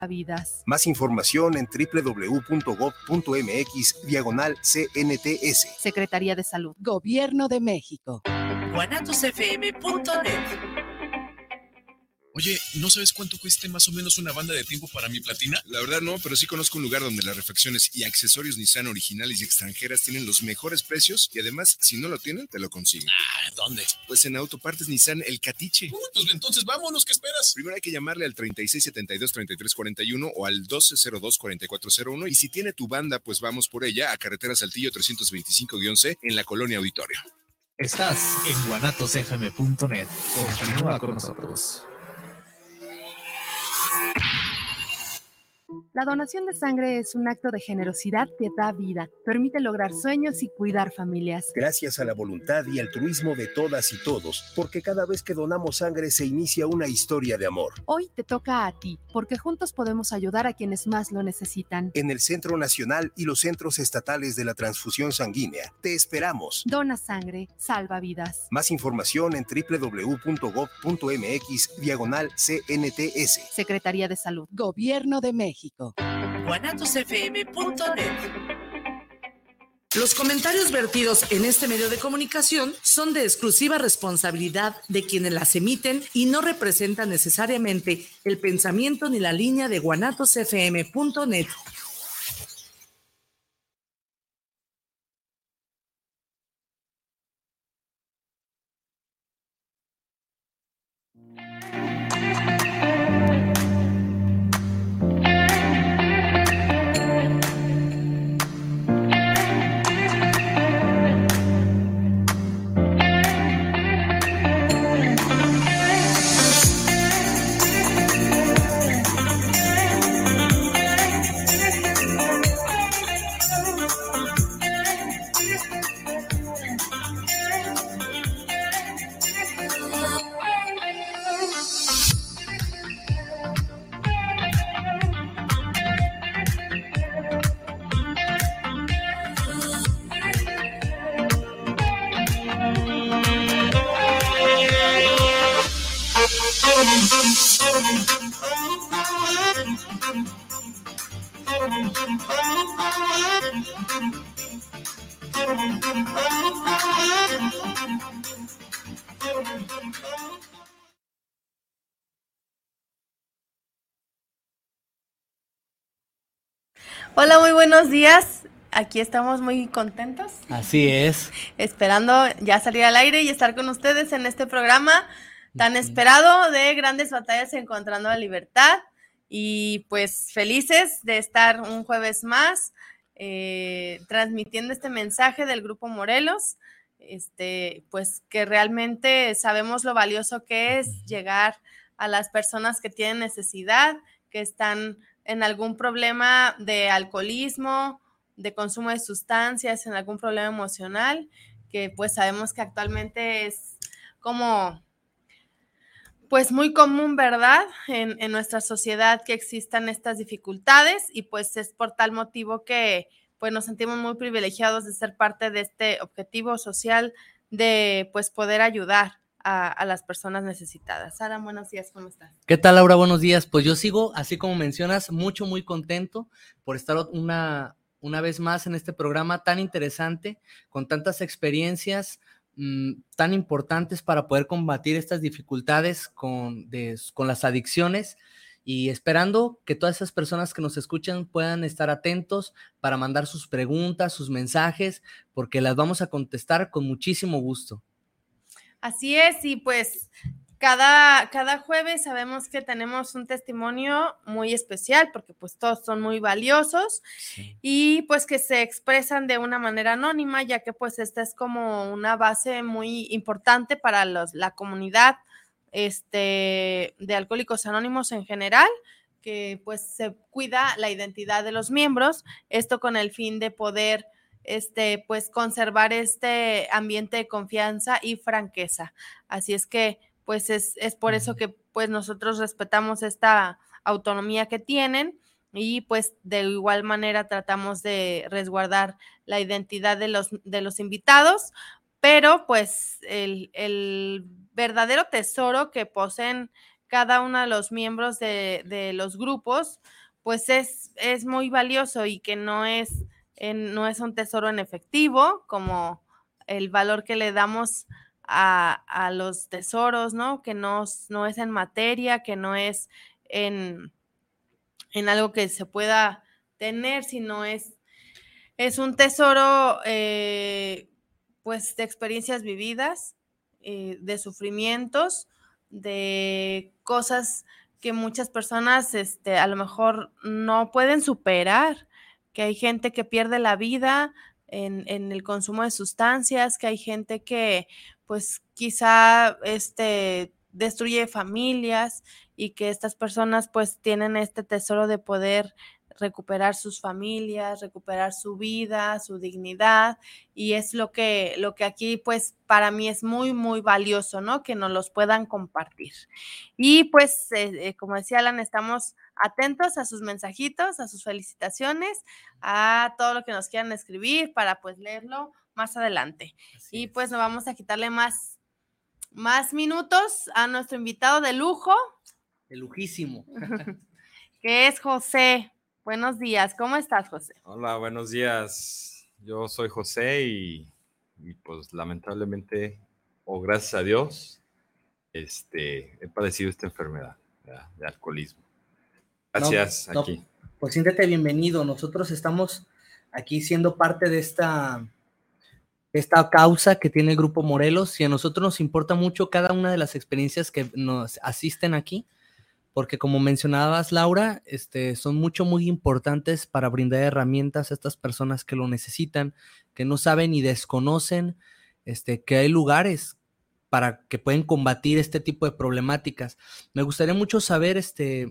Vidas. Más información en www.gov.mx/CNTS. Secretaría de Salud. Gobierno de México. guanatosfm.net. Oye, ¿no sabes cuánto cueste más o menos una banda de tiempo para mi Platina? La verdad no, pero sí conozco un lugar donde las refacciones y accesorios Nissan originales y extranjeras tienen los mejores precios y además, si no lo tienen, te lo consiguen. ¿Dónde? Pues en Autopartes Nissan El Catiche. Pues entonces vámonos, ¿qué esperas? Primero hay que llamarle al 3672-3341 o al 1202-4401 y si tiene tu banda, pues vamos por ella a Carretera Saltillo 325-C en la Colonia Auditorio. Estás en guanatosfm.net. Continúa con nosotros. La donación de sangre es un acto de generosidad que da vida, permite lograr sueños y cuidar familias. Gracias a la voluntad y altruismo de todas y todos, porque cada vez que donamos sangre se inicia una historia de amor. Hoy te toca a ti, porque juntos podemos ayudar a quienes más lo necesitan. En el Centro Nacional y los Centros Estatales de la Transfusión Sanguínea, te esperamos. Dona sangre, salva vidas. Más información en www.gov.mx/CNTS. Secretaría de Salud. Gobierno de México. guanatosfm.net. Los comentarios vertidos en este medio de comunicación son de exclusiva responsabilidad de quienes las emiten y no representan necesariamente el pensamiento ni la línea de guanatosfm.net. Hola, muy buenos días. Aquí estamos muy contentos. Así es. Esperando ya salir al aire y estar con ustedes en este programa tan esperado de Grandes Batallas Encontrando la Libertad. Y pues felices de estar un jueves más transmitiendo este mensaje del Grupo Morelos. Pues que realmente sabemos lo valioso que es llegar a las personas que tienen necesidad, que están en algún problema de alcoholismo, de consumo de sustancias, en algún problema emocional, que pues sabemos que actualmente es como pues muy común, ¿verdad? En nuestra sociedad que existan estas dificultades y pues es por tal motivo que pues nos sentimos muy privilegiados de ser parte de este objetivo social de pues poder ayudar a las personas necesitadas. Sara, buenos días, ¿cómo estás? ¿Qué tal, Laura? Buenos días. Pues yo sigo, así como mencionas, muy contento por estar una vez más en este programa tan interesante, con tantas experiencias tan importantes para poder combatir estas dificultades con las adicciones, y esperando que todas esas personas que nos escuchan puedan estar atentos para mandar sus preguntas, sus mensajes, porque las vamos a contestar con muchísimo gusto. Así es, y pues cada jueves sabemos que tenemos un testimonio muy especial, porque pues todos son muy valiosos, sí, y pues que se expresan de una manera anónima, ya que pues esta es como una base muy importante para la comunidad de Alcohólicos Anónimos en general, que pues se cuida la identidad de los miembros, esto con el fin de poder pues conservar este ambiente de confianza y franqueza. Así es que pues es por eso que pues nosotros respetamos esta autonomía que tienen y pues de igual manera tratamos de resguardar la identidad de los invitados, pero pues el verdadero tesoro que poseen cada uno de los miembros de los grupos, pues es muy valioso y que no es un tesoro en efectivo, como el valor que le damos a los tesoros, ¿no? Que no es en materia, que no es en algo que se pueda tener, sino es un tesoro, pues, de experiencias vividas, de sufrimientos, de cosas que muchas personas, a lo mejor no pueden superar, que hay gente que pierde la vida en el consumo de sustancias, que hay gente que, pues, quizá, destruye familias, y que estas personas, pues, tienen este tesoro de poder recuperar sus familias, recuperar su vida, su dignidad, y es lo que aquí, pues, para mí es muy, muy valioso, ¿no? Que nos los puedan compartir. Y, pues, como decía Alan, estamos atentos a sus mensajitos, a sus felicitaciones, a todo lo que nos quieran escribir para, pues, leerlo más adelante. Y, pues, no vamos a quitarle más minutos a nuestro invitado de lujo. De lujísimo. Que es José. Buenos días, ¿cómo estás, José? Hola, buenos días. Yo soy José y pues lamentablemente, o gracias a Dios, he padecido esta enfermedad de alcoholismo. Gracias, aquí. Pues siéntete bienvenido. Nosotros estamos aquí siendo parte de esta causa que tiene el Grupo Morelos, y a nosotros nos importa mucho cada una de las experiencias que nos asisten aquí, porque como mencionabas, Laura, son muy importantes para brindar herramientas a estas personas que lo necesitan, que no saben y desconocen que hay lugares para que pueden combatir este tipo de problemáticas. Me gustaría mucho saber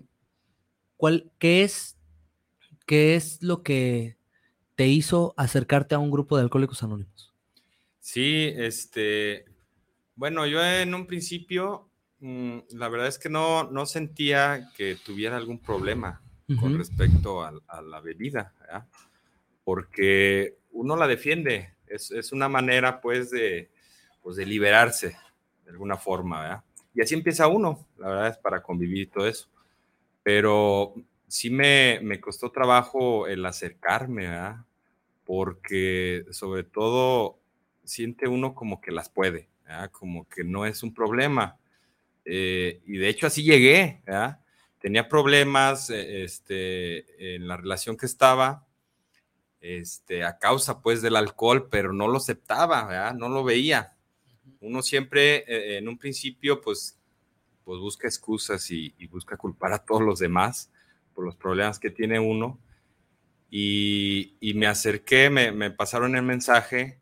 qué es lo que te hizo acercarte a un grupo de Alcohólicos Anónimos. Sí, bueno, yo en un principio, la verdad es que no sentía que tuviera algún problema con respecto a la bebida, ¿verdad? Porque uno la defiende, es una manera pues de liberarse de alguna forma, ¿verdad? Y así empieza uno, la verdad es para convivir y todo eso. Pero sí me costó trabajo el acercarme, ¿verdad? Porque sobre todo siente uno como que las puede, ¿verdad? Como que no es un problema. Y de hecho así llegué, ¿verdad? Tenía problemas en la relación que estaba, a causa pues del alcohol, pero no lo aceptaba, ¿verdad? No lo veía. Uno siempre en un principio pues busca excusas y busca culpar a todos los demás por los problemas que tiene uno. Y me acerqué, me pasaron el mensaje,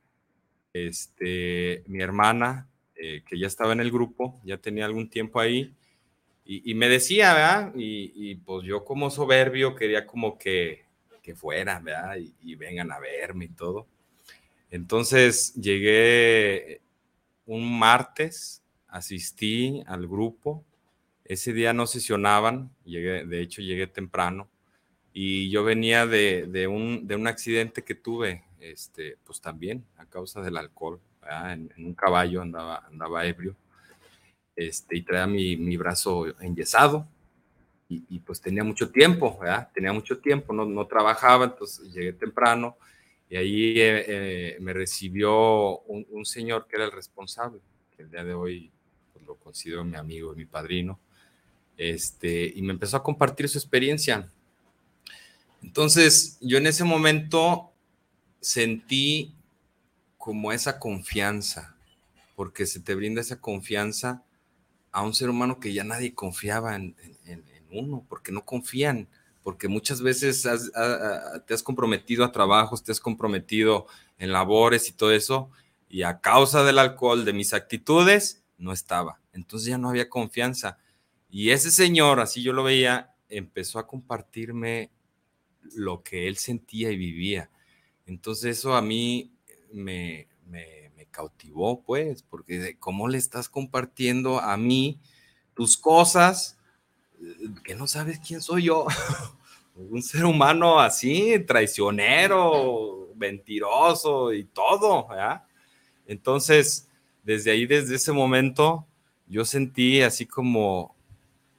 mi hermana, que ya estaba en el grupo, ya tenía algún tiempo ahí, y me decía, ¿verdad? Y pues yo como soberbio quería como que fueran, ¿verdad? Y vengan a verme y todo. Entonces llegué un martes, asistí al grupo. Ese día no sesionaban, de hecho llegué temprano, y yo venía de un accidente que tuve, pues también a causa del alcohol, ¿verdad? En un caballo andaba ebrio, y traía mi brazo enyesado, y pues tenía mucho tiempo, ¿verdad? Tenía mucho tiempo, no trabajaba, entonces llegué temprano, y ahí me recibió un señor que era el responsable, que el día de hoy pues, lo considero mi amigo, mi padrino, y me empezó a compartir su experiencia. Entonces, yo en ese momento sentí como esa confianza, porque se te brinda esa confianza a un ser humano que ya nadie confiaba en uno, porque no confían, porque muchas veces te has comprometido a trabajos, te has comprometido en labores y todo eso, y a causa del alcohol, de mis actitudes, no estaba. Entonces ya no había confianza. Y ese señor, así yo lo veía, empezó a compartirme lo que él sentía y vivía. Entonces eso a mí me cautivó, pues, porque ¿cómo le estás compartiendo a mí tus cosas que no sabes quién soy yo? Un ser humano así, traicionero, mentiroso y todo, ¿verdad? Entonces, desde ese momento, yo sentí así como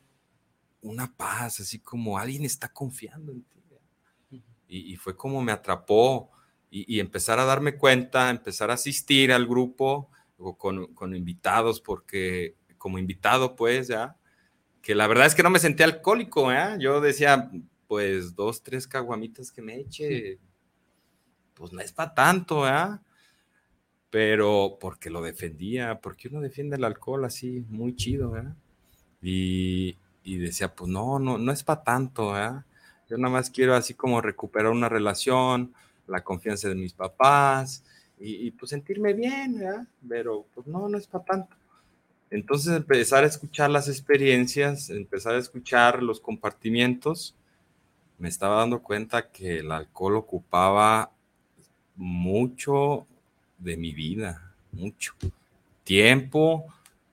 una paz, así como alguien está confiando en ti. Y fue como me atrapó y empezar a darme cuenta, empezar a asistir al grupo con invitados, porque como invitado, pues, ya, que la verdad es que no me sentía alcohólico, ¿eh? Yo decía, pues, 2, 3 caguamitas que me eche, pues no es para tanto, ¿eh? Pero porque lo defendía, porque uno defiende el alcohol así, muy chido, ¿eh? Y decía, pues no es para tanto, ¿eh? Yo nada más quiero así como recuperar una relación, la confianza de mis papás y pues sentirme bien, ¿verdad? Pero pues no es para tanto. Entonces empezar a escuchar las experiencias, empezar a escuchar los compartimientos, me estaba dando cuenta que el alcohol ocupaba mucho de mi vida, mucho tiempo,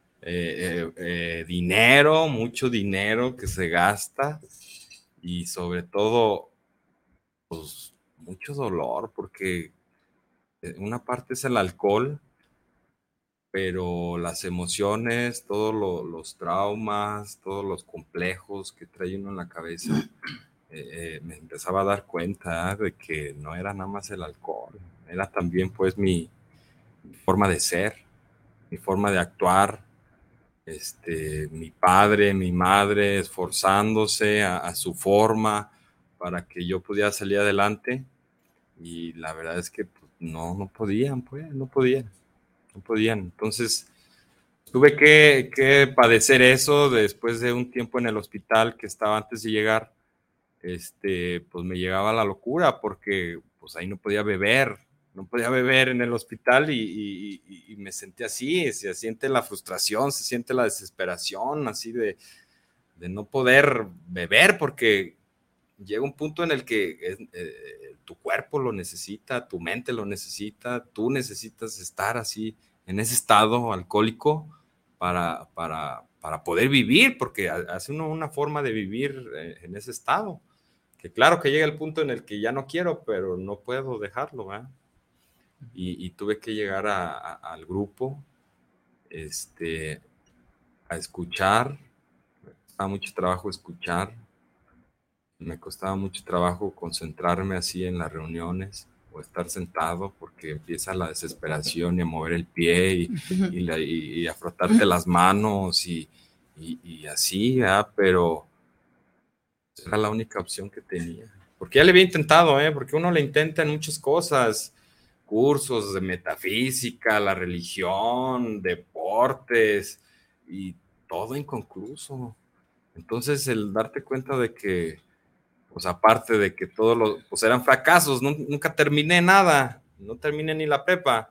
dinero, mucho dinero que se gasta y sobre todo, pues mucho dolor, porque una parte es el alcohol, pero las emociones, todos los traumas, todos los complejos que trae uno en la cabeza, me empezaba a dar cuenta de que no era nada más el alcohol, era también pues mi forma de ser, mi forma de actuar, mi padre, mi madre esforzándose a su forma para que yo pudiera salir adelante y la verdad es que pues, no podían, pues, no podían. Entonces tuve que padecer eso después de un tiempo en el hospital que estaba antes de llegar, pues me llegaba la locura porque pues ahí no podía beber en el hospital y me sentí así, se siente la frustración, se siente la desesperación, así de no poder beber porque llega un punto en el que tu cuerpo lo necesita, tu mente lo necesita, tú necesitas estar así en ese estado alcohólico para poder vivir, porque hace uno una forma de vivir en ese estado, que claro que llega el punto en el que ya no quiero, pero no puedo dejarlo, ¿verdad? Y tuve que llegar al grupo, a escuchar, me costaba mucho trabajo escuchar, me costaba mucho trabajo concentrarme así en las reuniones o estar sentado porque empieza la desesperación y a mover el pie y a frotarte las manos y así, ¿verdad? Pero era la única opción que tenía. Porque ya le había intentado, porque uno le intenta en muchas cosas, cursos de metafísica, la religión, deportes y todo inconcluso. Entonces el darte cuenta de que pues aparte de que todos los, pues eran fracasos, nunca terminé nada, no terminé ni la prepa.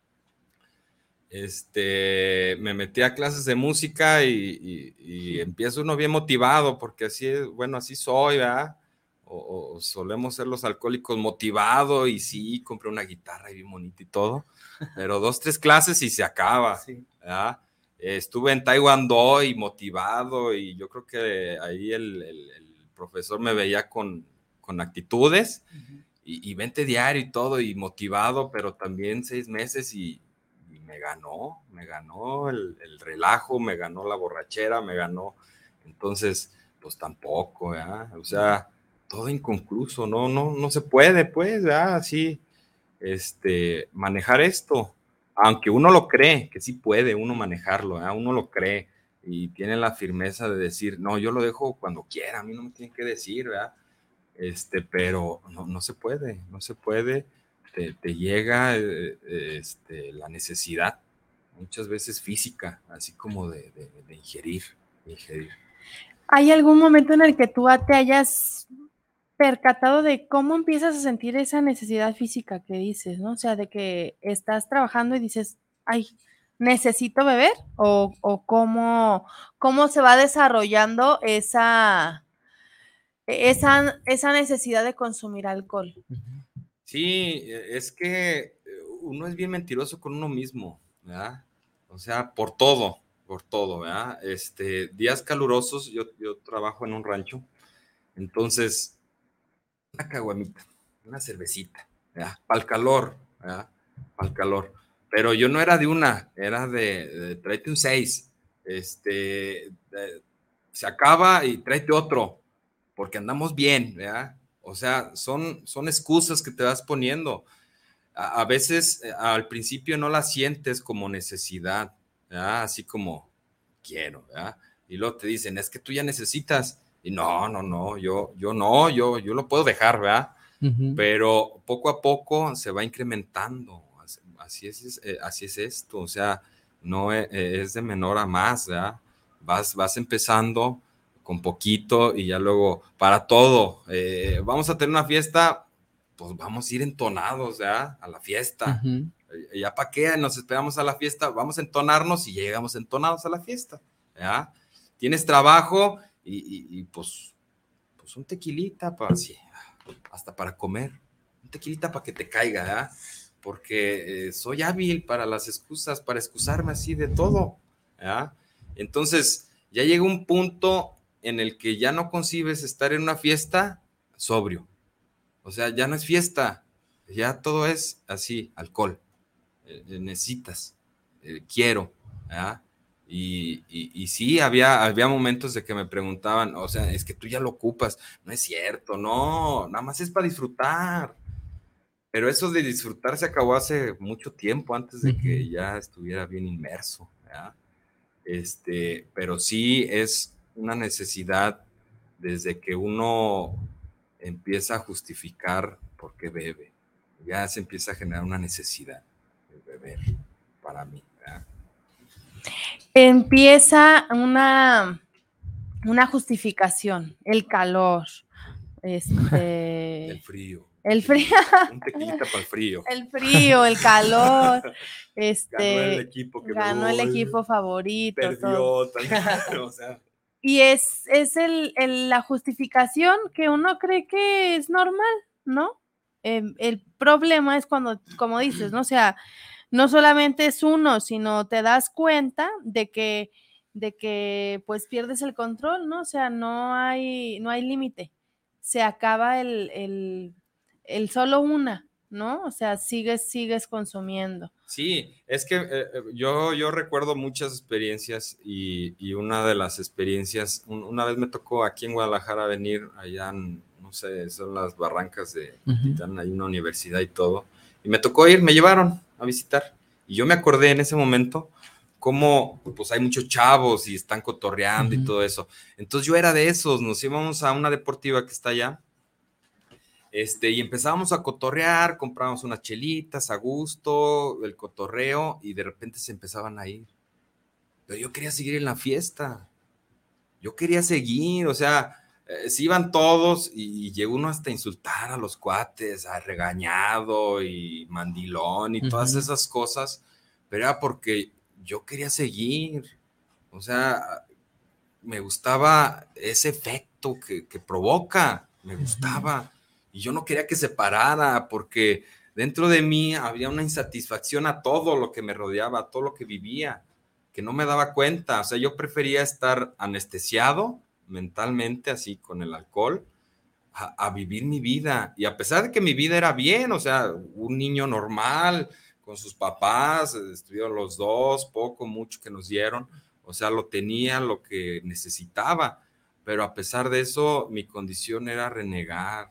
Me metí a clases de música y empiezo uno bien motivado, porque así es, bueno, así soy, ¿verdad? O solemos ser los alcohólicos motivados, y sí, compré una guitarra y bien bonita y todo, pero 2, 3 clases y se acaba, ¿verdad? Estuve en Taekwondo y motivado, y yo creo que ahí el profesor me veía con actitudes, y vente diario y todo, y motivado, pero también 6 meses y me ganó el relajo, me ganó la borrachera, me ganó, entonces, pues tampoco, ¿verdad? O sea, todo inconcluso, no se puede, pues, ¿verdad? Así, manejar esto, aunque uno lo cree, que sí puede uno manejarlo, ¿verdad? Uno lo cree, y tiene la firmeza de decir, no, yo lo dejo cuando quiera, a mí no me tienen que decir, ¿verdad? Pero no se puede, te llega la necesidad, muchas veces física, así como de ingerir. ¿Hay algún momento en el que tú te hayas percatado de cómo empiezas a sentir esa necesidad física que dices, ¿no? O sea, de que estás trabajando y dices, ay, ¿necesito beber? ¿O cómo se va desarrollando esa necesidad de consumir alcohol? Sí, es que uno es bien mentiroso con uno mismo, ¿verdad? O sea, por todo, ¿verdad? Días calurosos, yo trabajo en un rancho, entonces, una caguamita, una cervecita, ¿verdad? Para el calor, ¿verdad? Para el calor. Pero yo no era de una, era de tráete un 6, se acaba y tráete otro, porque andamos bien, ¿verdad? O sea, son excusas que te vas poniendo. A veces al principio no las sientes como necesidad, ¿verdad? Así como quiero, ¿verdad? Y luego te dicen, es que tú ya necesitas. Y no, yo lo puedo dejar, ¿verdad? Uh-huh. Pero poco a poco se va incrementando. Así es esto, o sea, no es de menor a más, ¿verdad? Vas empezando con poquito y ya luego para todo. Vamos a tener una fiesta, pues vamos a ir entonados, ¿verdad? A la fiesta. Uh-huh. ¿Ya para qué? Nos esperamos a la fiesta, vamos a entonarnos y llegamos entonados a la fiesta, ¿verdad? Tienes trabajo y pues un tequilita para así, hasta para comer, un tequilita para que te caiga, ¿verdad? Porque soy hábil para las excusas, para excusarme así de todo, ¿verdad? Entonces ya llega un punto en el que ya no concibes estar en una fiesta sobrio, o sea, ya no es fiesta, ya todo es así, alcohol, necesitas, quiero, ¿verdad? Y sí, había momentos de que me preguntaban, o sea, es que tú ya lo ocupas. No es cierto, no, nada más es para disfrutar. Pero eso de disfrutar se acabó hace mucho tiempo, antes de que ya estuviera bien inmerso, ¿verdad? Pero sí es una necesidad desde que uno empieza a justificar por qué bebe. Ya se empieza a generar una necesidad de beber para mí, ¿verdad? Empieza una justificación, el calor, el frío. El frío. Un tequilita para el frío. El frío, el calor. Ganó el equipo favorito. Perdió también, o sea. Y es la justificación que uno cree que es normal, ¿no? El problema es cuando, como dices, ¿no? O sea, no solamente es uno, sino te das cuenta de que pues pierdes el control, ¿no? O sea, no hay límite. Se acaba el solo una, ¿no? O sea, sigues consumiendo. Sí, es que yo recuerdo muchas experiencias y una de las experiencias, una vez me tocó aquí en Guadalajara venir allá en, no sé, son las barrancas de Titán, hay una universidad y todo, y me tocó ir, me llevaron a visitar, y yo me acordé en ese momento cómo pues hay muchos chavos y están cotorreando y todo eso. Entonces yo era de esos, nos íbamos a una deportiva que está allá, y empezábamos a cotorrear, comprábamos unas chelitas a gusto, el cotorreo, y de repente se empezaban a ir. Pero yo quería seguir en la fiesta. Yo quería seguir, o sea, se iban todos y llegó uno hasta a insultar a los cuates, a regañado y mandilón y todas esas cosas, pero era porque yo quería seguir. O sea, me gustaba ese efecto que provoca, me gustaba. Y yo no quería que se parara porque dentro de mí había una insatisfacción a todo lo que me rodeaba, a todo lo que vivía, que no me daba cuenta. O sea, yo prefería estar anestesiado mentalmente, así con el alcohol, a vivir mi vida. Y a pesar de que mi vida era bien, o sea, un niño normal, con sus papás, estuvieron los dos, poco, mucho que nos dieron. O sea, lo tenía, lo que necesitaba. Pero a pesar de eso, mi condición era renegar.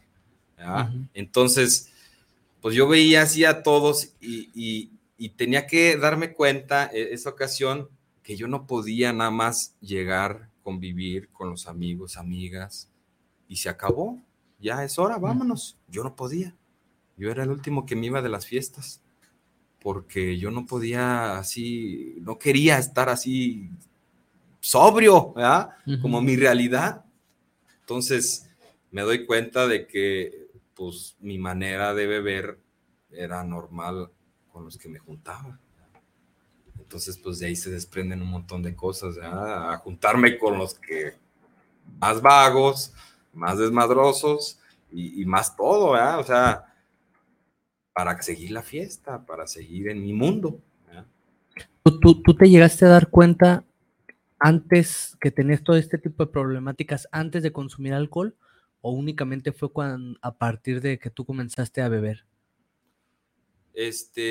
Entonces, pues yo veía así a todos y tenía que darme cuenta en esa ocasión que yo no podía nada más llegar, convivir con los amigos, amigas, y se acabó, ya es hora, vámonos. Yo no podía, yo era el último que me iba de las fiestas, porque yo no podía así, no quería estar así sobrio, ¿verdad? Como mi realidad. Entonces me doy cuenta de que pues mi manera de beber era normal con los que me juntaba. Entonces, pues de ahí se desprenden un montón de cosas, ¿verdad? A juntarme con los que más vagos, más desmadrosos y más todo, ¿verdad? O sea, para seguir la fiesta, para seguir en mi mundo, ¿verdad? ¿Tú te llegaste a dar cuenta antes que tenías todo este tipo de problemáticas antes de consumir alcohol? ¿O únicamente fue a partir de que tú comenzaste a beber?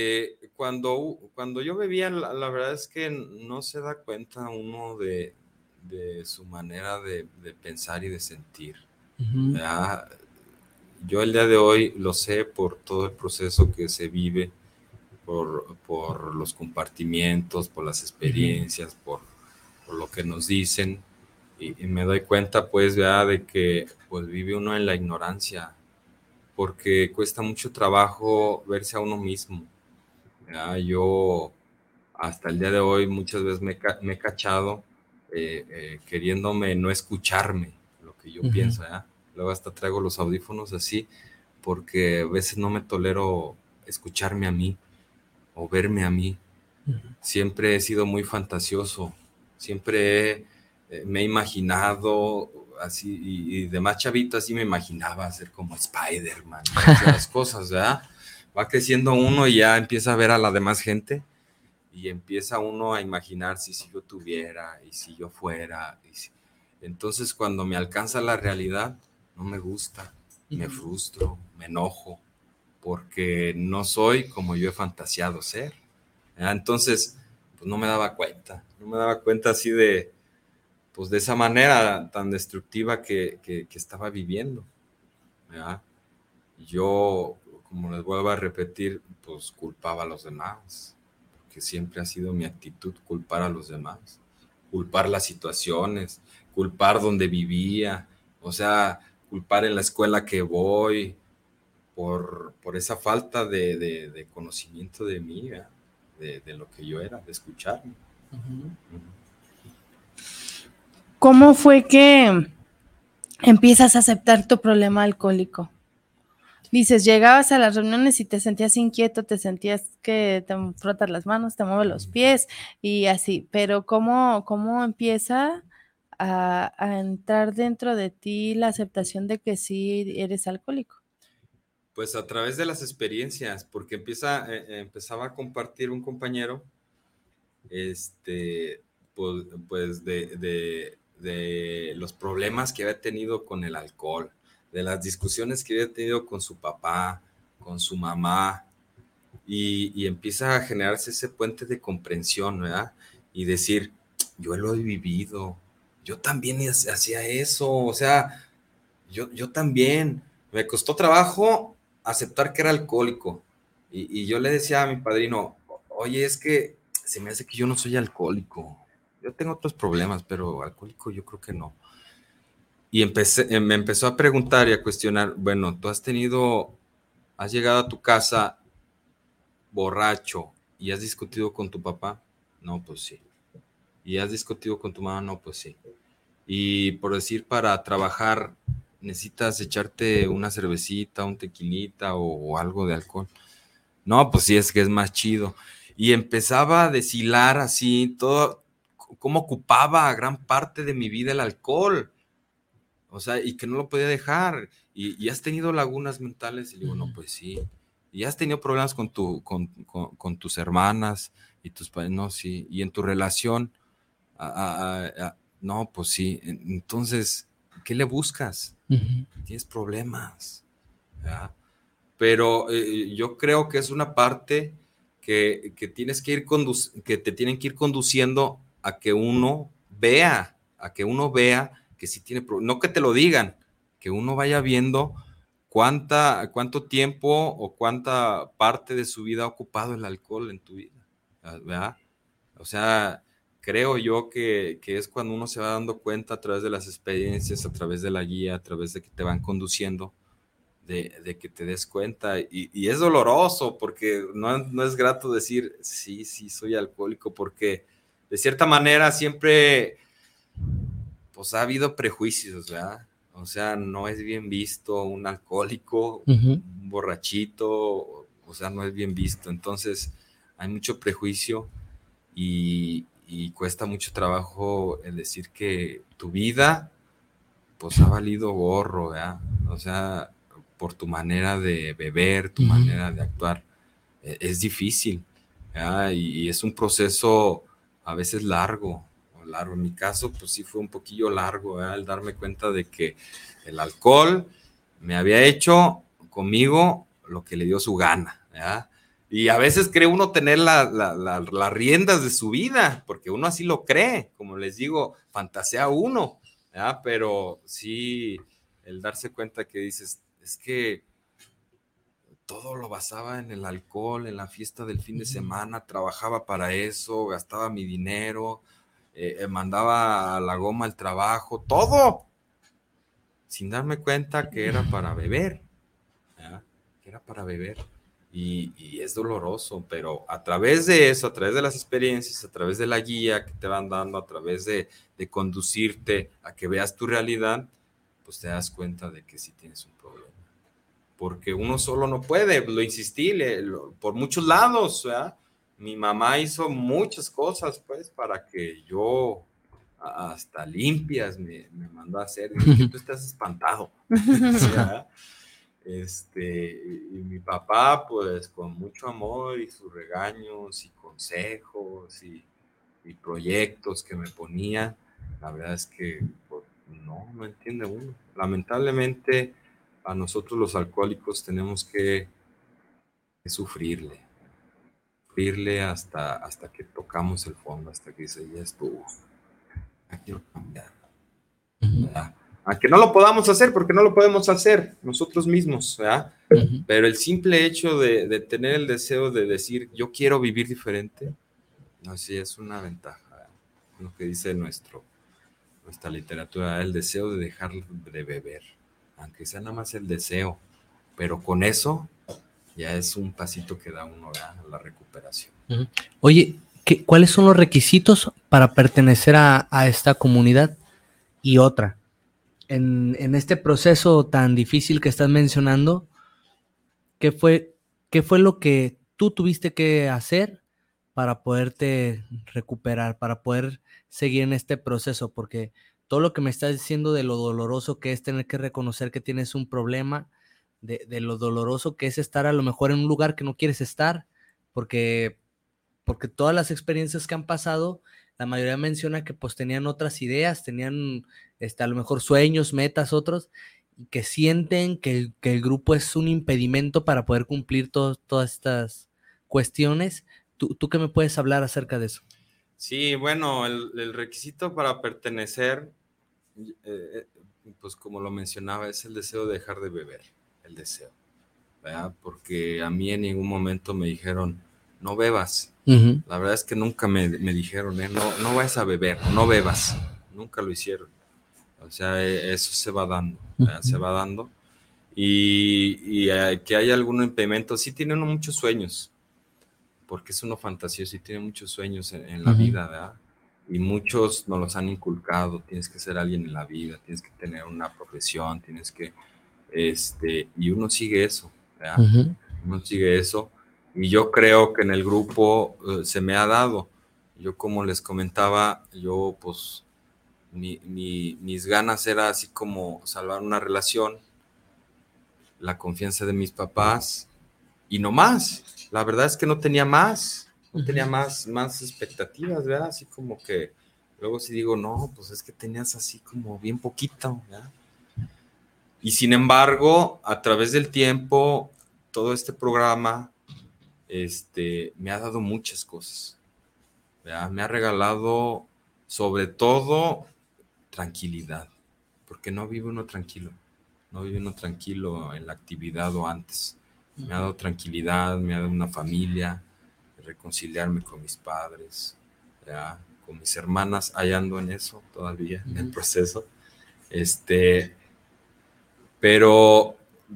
Cuando yo bebía, la verdad es que no se da cuenta uno de de su manera de pensar y de sentir. Ujú. ¿Verdad? Yo el día de hoy lo sé por todo el proceso que se vive, por los compartimientos, por las experiencias, por lo que nos dicen, y me doy cuenta pues ya de que pues vive uno en la ignorancia, porque cuesta mucho trabajo verse a uno mismo. ¿Verdad? Yo hasta el día de hoy muchas veces me he cachado queriéndome no escucharme lo que yo pienso, ¿verdad? Luego hasta traigo los audífonos así, porque a veces no me tolero escucharme a mí o verme a mí. Siempre he sido muy fantasioso, siempre me he imaginado así, y de más chavito así me imaginaba ser como Spider-Man, las cosas, ¿verdad? Va creciendo uno y ya empieza a ver a la demás gente y empieza uno a imaginar si yo tuviera y si yo fuera. Entonces cuando me alcanza la realidad, no me gusta, me frustro, me enojo, porque no soy como yo he fantaseado ser. Entonces, pues no me daba cuenta así de, pues de esa manera tan destructiva que estaba viviendo. ¿Verdad? Yo, como les vuelvo a repetir, pues culpaba a los demás, porque siempre ha sido mi actitud culpar a los demás, culpar las situaciones, culpar donde vivía, o sea, culpar en la escuela que voy, por esa falta de conocimiento de mí, de lo que yo era, de escucharme. ¿Cómo fue que empiezas a aceptar tu problema alcohólico? Dices, llegabas a las reuniones y te sentías inquieto, te sentías que te frotas las manos, te mueves los pies y así, pero ¿cómo empieza a entrar dentro de ti la aceptación de que sí eres alcohólico? Pues a través de las experiencias, porque empezaba a compartir un compañero, pues de los problemas que había tenido con el alcohol, de las discusiones que había tenido con su papá, con su mamá, y empieza a generarse ese puente de comprensión, ¿verdad? Y decir, yo lo he vivido, yo también hacía eso, o sea, yo también, me costó trabajo aceptar que era alcohólico, y yo le decía a mi padrino, oye, es que se me hace que yo no soy alcohólico, yo tengo otros problemas, pero alcohólico yo creo que no. Y me empezó a preguntar y a cuestionar, bueno, ¿tú has llegado a tu casa borracho y has discutido con tu papá? No, pues sí. ¿Y has discutido con tu mamá? No, pues sí. Y por decir, para trabajar necesitas echarte una cervecita, un tequilita o algo de alcohol. No, pues sí, es que es más chido. Y empezaba a deshilar así todo, cómo ocupaba gran parte de mi vida el alcohol. O sea, y que no lo podía dejar. Y has tenido lagunas mentales. Y digo, no, pues sí. Y has tenido problemas con tus hermanas y tus padres. No, sí. Y en tu relación, no, pues sí. Entonces, ¿qué le buscas? Tienes problemas, ¿verdad? Pero yo creo que es una parte que tienes que que te tienen que ir conduciendo a que uno vea que sí tiene problemas, no que te lo digan, que uno vaya viendo cuánto tiempo o cuánta parte de su vida ha ocupado el alcohol en tu vida, ¿verdad? O sea, creo yo que es cuando uno se va dando cuenta a través de las experiencias, a través de la guía, a través de que te van conduciendo, de que te des cuenta. Y es doloroso porque no es grato decir, sí, soy alcohólico, porque de cierta manera siempre pues ha habido prejuicios, ¿verdad? O sea, no es bien visto un alcohólico, un borrachito, o sea, no es bien visto. Entonces, hay mucho prejuicio y cuesta mucho trabajo el decir que tu vida, pues ha valido gorro, ¿verdad? O sea, por tu manera de beber, tu manera de actuar, es difícil, ¿verdad? Y es un proceso a veces largo. En mi caso, pues sí fue un poquillo largo, ¿verdad? El darme cuenta de que el alcohol me había hecho conmigo lo que le dio su gana, ¿verdad? Y a veces cree uno tener las riendas de su vida, porque uno así lo cree, como les digo, fantasea uno, ¿verdad? Pero sí, el darse cuenta que dices, es que todo lo basaba en el alcohol, en la fiesta del fin de semana, trabajaba para eso, gastaba mi dinero, mandaba a la goma al trabajo, todo, sin darme cuenta que era para beber, ¿verdad? Que era para beber. Y es doloroso, pero a través de eso, a través de las experiencias, a través de la guía que te van dando, a través de conducirte a que veas tu realidad, pues te das cuenta de que sí tienes un problema. Porque uno solo no puede, lo insistí, por muchos lados, ¿verdad? Mi mamá hizo muchas cosas, pues, para que yo, hasta limpias, me mandó a hacer. Y tú estás espantado, ¿verdad? Y mi papá, pues, con mucho amor y sus regaños y consejos y proyectos que me ponía, la verdad es que pues, no entiende uno. Lamentablemente, a nosotros los alcohólicos tenemos que sufrirle hasta que tocamos el fondo, hasta que dice, ya estuvo, quiero cambiar. ¿Verdad? Aunque no lo podamos hacer, porque no lo podemos hacer nosotros mismos, ¿verdad? Pero el simple hecho de tener el deseo de decir, yo quiero vivir diferente, no, sí es una ventaja, ¿verdad? Lo que dice nuestra literatura, el deseo de dejar de beber, aunque sea nada más el deseo, pero con eso ya es un pasito que da uno a la recuperación. Oye, ¿cuáles son los requisitos para pertenecer a esta comunidad? Y otra, en este proceso tan difícil que estás mencionando, ¿qué fue lo que tú tuviste que hacer para poderte recuperar, para poder seguir en este proceso? Porque todo lo que me estás diciendo de lo doloroso que es tener que reconocer que tienes un problema, de lo doloroso que es estar a lo mejor en un lugar que no quieres estar, porque todas las experiencias que han pasado, la mayoría menciona que pues tenían otras ideas, tenían a lo mejor sueños, metas, otros, y que sienten que el grupo es un impedimento para poder cumplir todas estas cuestiones. ¿Tú qué me puedes hablar acerca de eso? Sí, bueno, el requisito para pertenecer, pues como lo mencionaba, es el deseo de dejar de beber, el deseo, ¿verdad? Porque a mí en ningún momento me dijeron, no bebas. Uh-huh. La verdad es que nunca me dijeron, no vayas a beber, no bebas. Nunca lo hicieron. O sea, eso se va dando, uh-huh. Se va dando. Y que haya algún impedimento, sí tienen muchos sueños, porque es uno fantasioso y tiene muchos sueños en la uh-huh. vida, ¿verdad? Y muchos nos los han inculcado, tienes que ser alguien en la vida, tienes que tener una profesión, tienes que, y uno sigue eso, ¿verdad? Uh-huh. Uno sigue eso. Y yo creo que en el grupo se me ha dado. Yo, como les comentaba, yo pues mis ganas era así como salvar una relación, la confianza de mis papás y no más. La verdad es que no tenía más, no tenía más expectativas, ¿verdad? Así como que luego sí digo, no, pues es que tenías así como bien poquito, ¿verdad? Y sin embargo, a través del tiempo, todo este programa me ha dado muchas cosas, ¿verdad? Me ha regalado sobre todo tranquilidad, porque no vive uno tranquilo en la actividad o antes. Me ha dado tranquilidad, me ha dado una familia, reconciliarme con mis padres, ¿verdad? Con mis hermanas, ahí ando en eso todavía, en el proceso, pero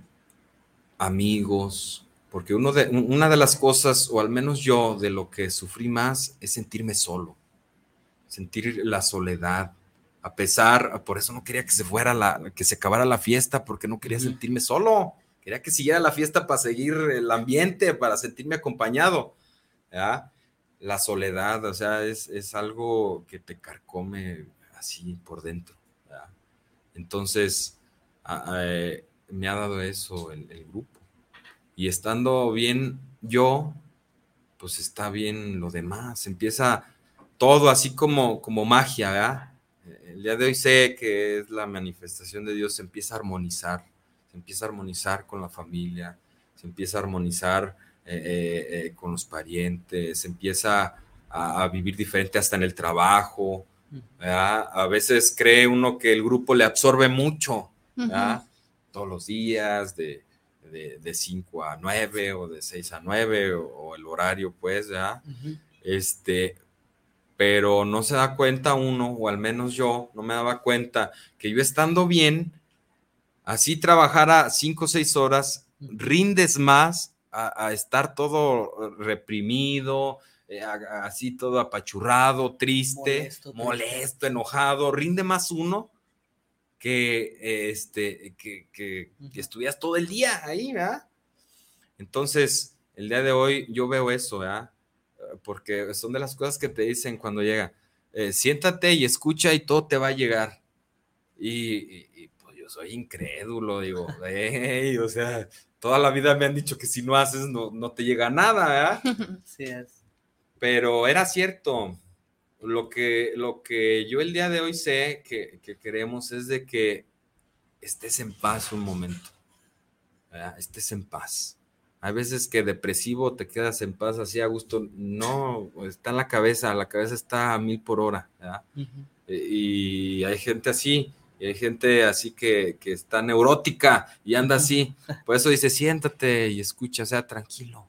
amigos. Porque una de las cosas, o al menos yo, de lo que sufrí más, es sentirme solo, sentir la soledad. Por eso no quería que que se acabara la fiesta, porque no quería sentirme solo. Quería que siguiera la fiesta para seguir el ambiente, para sentirme acompañado, ¿verdad? La soledad, o sea, es algo que te carcome así por dentro, ¿verdad? Entonces, me ha dado eso el grupo. Y estando bien yo, pues está bien lo demás. Empieza todo así como magia, ¿verdad? El día de hoy sé que es la manifestación de Dios, se empieza a armonizar con la familia, se empieza a armonizar con los parientes, empieza a vivir diferente hasta en el trabajo, ¿verdad? A veces cree uno que el grupo le absorbe mucho, ¿verdad? Todos los días, de 5 a 9 o de 6 a 9 o el horario, pues, ¿verdad? Pero no se da cuenta uno, o al menos yo no me daba cuenta, que yo estando bien, así trabajara 5 o 6 horas, rindes más a estar todo reprimido, así todo apachurrado, triste, molesto, enojado. Rinde más uno que estudias todo el día ahí, ¿verdad? Entonces, el día de hoy yo veo eso, ¿verdad? Porque son de las cosas que te dicen cuando llega. Siéntate y escucha y todo te va a llegar. Y pues yo soy incrédulo, digo, o sea, toda la vida me han dicho que si no haces no te llega nada, ¿verdad? Sí es. Pero era cierto. Lo que yo el día de hoy sé que queremos es de que estés en paz un momento, ¿verdad? Estés en paz. Hay veces que depresivo te quedas en paz así a gusto. No, está en la cabeza está a 1000 por hora, ¿verdad? Y hay gente así. Y hay gente así que está neurótica y anda así. Por eso dice, siéntate y escucha, o sea, tranquilo.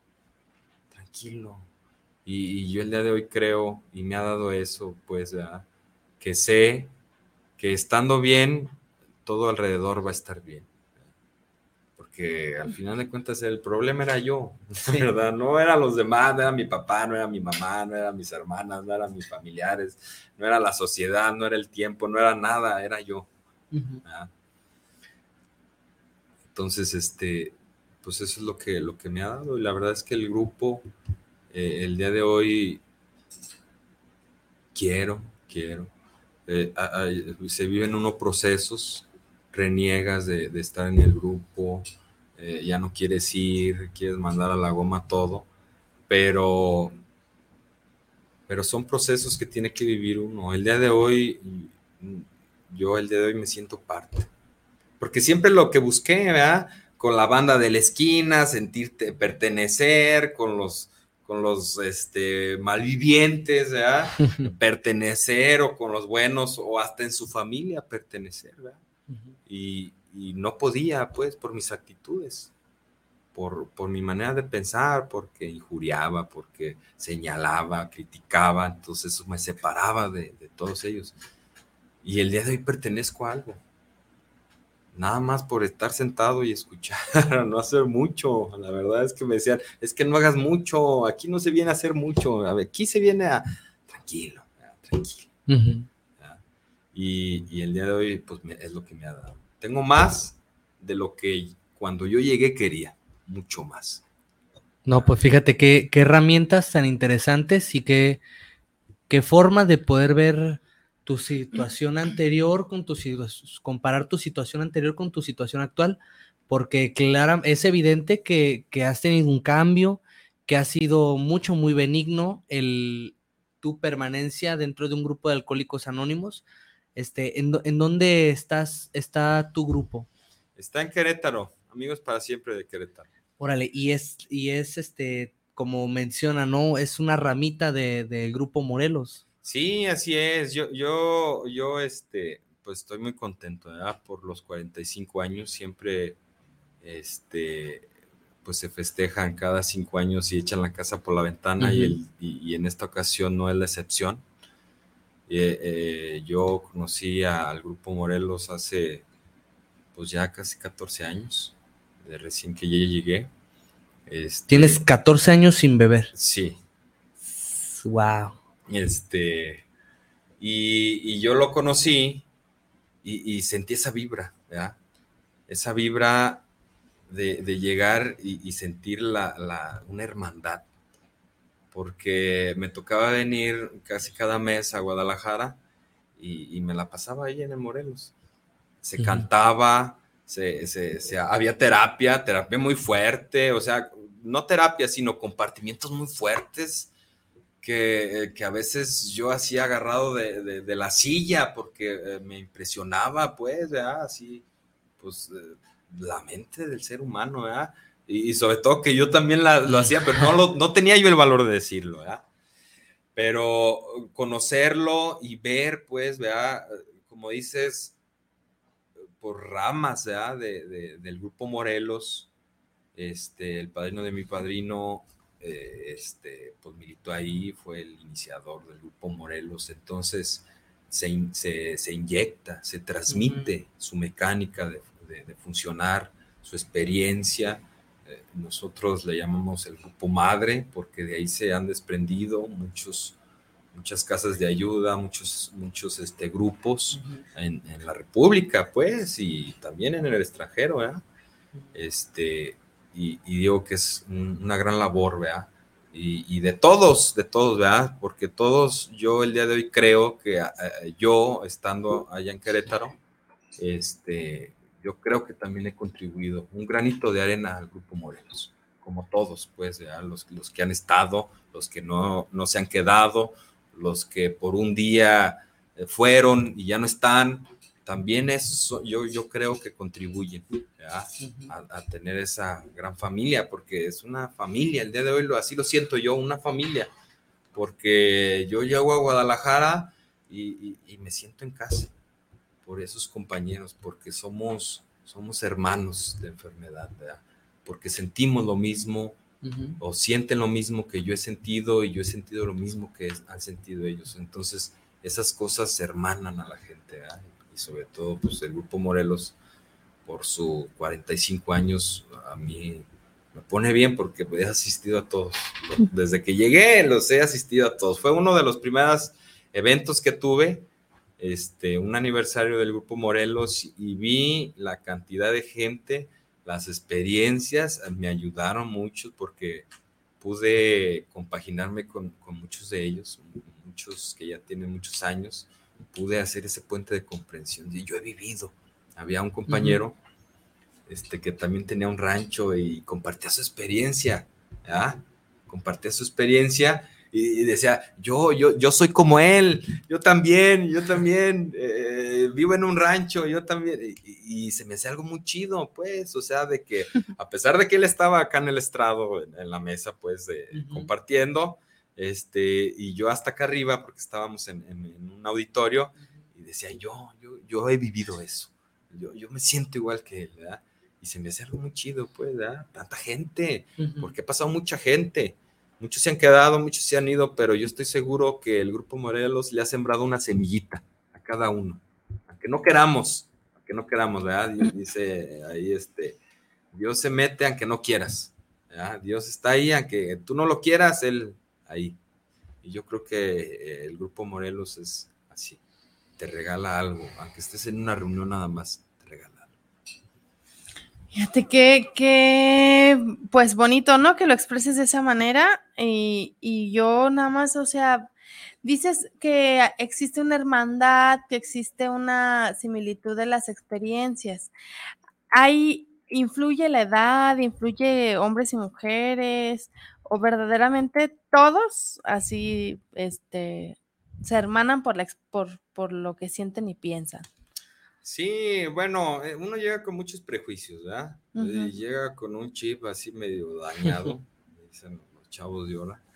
Y yo el día de hoy creo, y me ha dado eso, pues, ¿verdad? Que sé que estando bien, todo alrededor va a estar bien. Porque al final de cuentas el problema era yo, ¿verdad? No eran los demás, no era mi papá, no era mi mamá, no eran mis hermanas, no eran mis familiares, no era la sociedad, no era el tiempo, no era nada, era yo. ¿Verdad? Entonces, pues eso es lo que me ha dado, y la verdad es que el grupo, el día de hoy, quiero, se viven unos procesos, reniegas de estar en el grupo, ya no quieres ir, quieres mandar a la goma todo, pero son procesos que tiene que vivir uno. El día de hoy me siento parte, porque siempre lo que busqué, ¿verdad? Con la banda de la esquina, sentirte pertenecer, con los malvivientes, ¿verdad? Pertenecer, o con los buenos, o hasta en su familia pertenecer, ¿verdad? Y no podía, pues, por mis actitudes, por mi manera de pensar, porque injuriaba, porque señalaba, criticaba, entonces eso me separaba de todos ellos. Y el día de hoy pertenezco a algo. Nada más por estar sentado y escuchar, no hacer mucho. La verdad es que me decían, es que no hagas mucho, aquí no se viene a hacer mucho, aquí se viene a tranquilo. Y el día de hoy, pues, es lo que me ha dado. Tengo más de lo que cuando yo llegué quería, mucho más. No, pues fíjate qué herramientas tan interesantes y qué forma de poder ver tu situación anterior con comparar tu situación anterior con tu situación actual, porque claro, es evidente que has tenido un cambio, que ha sido muy benigno tu permanencia dentro de un grupo de Alcohólicos Anónimos. ¿En dónde está tu grupo? Está en Querétaro, Amigos para Siempre de Querétaro. Órale, y es como menciona, ¿no? Es una ramita del grupo Morelos. Sí, así es. Yo pues estoy muy contento, ¿verdad? Por los 45 años, siempre, pues se festejan cada 5 años y echan la casa por la ventana, y en esta ocasión no es la excepción. Yo conocí al grupo Morelos hace, pues ya casi 14 años, de recién que ya llegué. ¿Tienes 14 años sin beber? Sí. Wow. Y yo lo conocí y sentí esa vibra, ¿verdad? Esa vibra de llegar y sentir una hermandad, porque me tocaba venir casi cada mes a Guadalajara y me la pasaba ahí en el Morelos. Se cantaba, había terapia muy fuerte, o sea, no terapia, sino compartimientos muy fuertes, que a veces yo hacía agarrado de la silla, porque me impresionaba, pues, ¿verdad? Así, pues, la mente del ser humano, ¿verdad? Y sobre todo que yo también lo hacía, pero no tenía yo el valor de decirlo, ¿verdad? Pero conocerlo y ver, pues, ¿verdad? Como dices, por ramas, ¿verdad? Del Grupo Morelos, el padrino de mi padrino, pues militó ahí, fue el iniciador del Grupo Morelos, entonces se inyecta, se transmite su mecánica de funcionar, su experiencia. Nosotros le llamamos el Grupo Madre, porque de ahí se han desprendido muchas casas de ayuda, muchos grupos en la República, pues, y también en el extranjero, ¿verdad? Y digo que es una gran labor, ¿verdad? Y de todos, ¿verdad? Porque todos, yo el día de hoy creo que yo, estando allá en Querétaro, yo creo que también he contribuido un granito de arena al Grupo Morelos, como todos, pues, ¿verdad? Los que han estado, los que no se han quedado, los que por un día fueron y ya no están, también eso yo creo que contribuyen, ¿verdad? A tener esa gran familia, porque es una familia, el día de hoy así lo siento yo, una familia, porque yo llego a Guadalajara y me siento en casa por esos compañeros, porque somos hermanos de enfermedad, ¿verdad? Porque sentimos lo mismo, o sienten lo mismo que yo he sentido, y yo he sentido lo mismo que han sentido ellos. Entonces, esas cosas se hermanan a la gente, ¿verdad? Y sobre todo, pues, el Grupo Morelos, por sus 45 años, a mí me pone bien, porque he asistido a todos. Desde que llegué, los he asistido a todos. Fue uno de los primeros eventos que tuve, un aniversario del Grupo Morelos, y vi la cantidad de gente, las experiencias, me ayudaron mucho, porque pude compaginarme con muchos de ellos, muchos que ya tienen muchos años, pude hacer ese puente de comprensión, y yo he vivido. Había un compañero que también tenía un rancho y compartía su experiencia, ¿verdad? Compartía su experiencia y decía, yo soy como él, yo también, vivo en un rancho, yo también, y se me hacía algo muy chido, pues, o sea, de que a pesar de que él estaba acá en el estrado, en la mesa, pues, compartiendo, y yo hasta acá arriba, porque estábamos en un auditorio, y decía, yo he vivido eso, yo me siento igual que él, ¿verdad? Y se me hace algo muy chido, pues, ¿verdad? Tanta gente, porque ha pasado mucha gente. Muchos se han quedado, muchos se han ido, pero yo estoy seguro que el Grupo Morelos le ha sembrado una semillita a cada uno. Aunque no queramos, ¿verdad? Dice ahí, Dios se mete aunque no quieras, ¿verdad? Dios está ahí, aunque tú no lo quieras, Él ahí. Y yo creo que el Grupo Morelos es así. Te regala algo, aunque estés en una reunión nada más, te regala. Fíjate que pues bonito, ¿no? Que lo expreses de esa manera, y yo nada más, o sea, dices que existe una hermandad, que existe una similitud de las experiencias. ¿Influye la edad, influye hombres y mujeres, o verdaderamente todos así, se hermanan por lo que sienten y piensan? Sí, bueno, uno llega con muchos prejuicios, ¿verdad? Llega con un chip así medio dañado, dicen los chavos de ahora.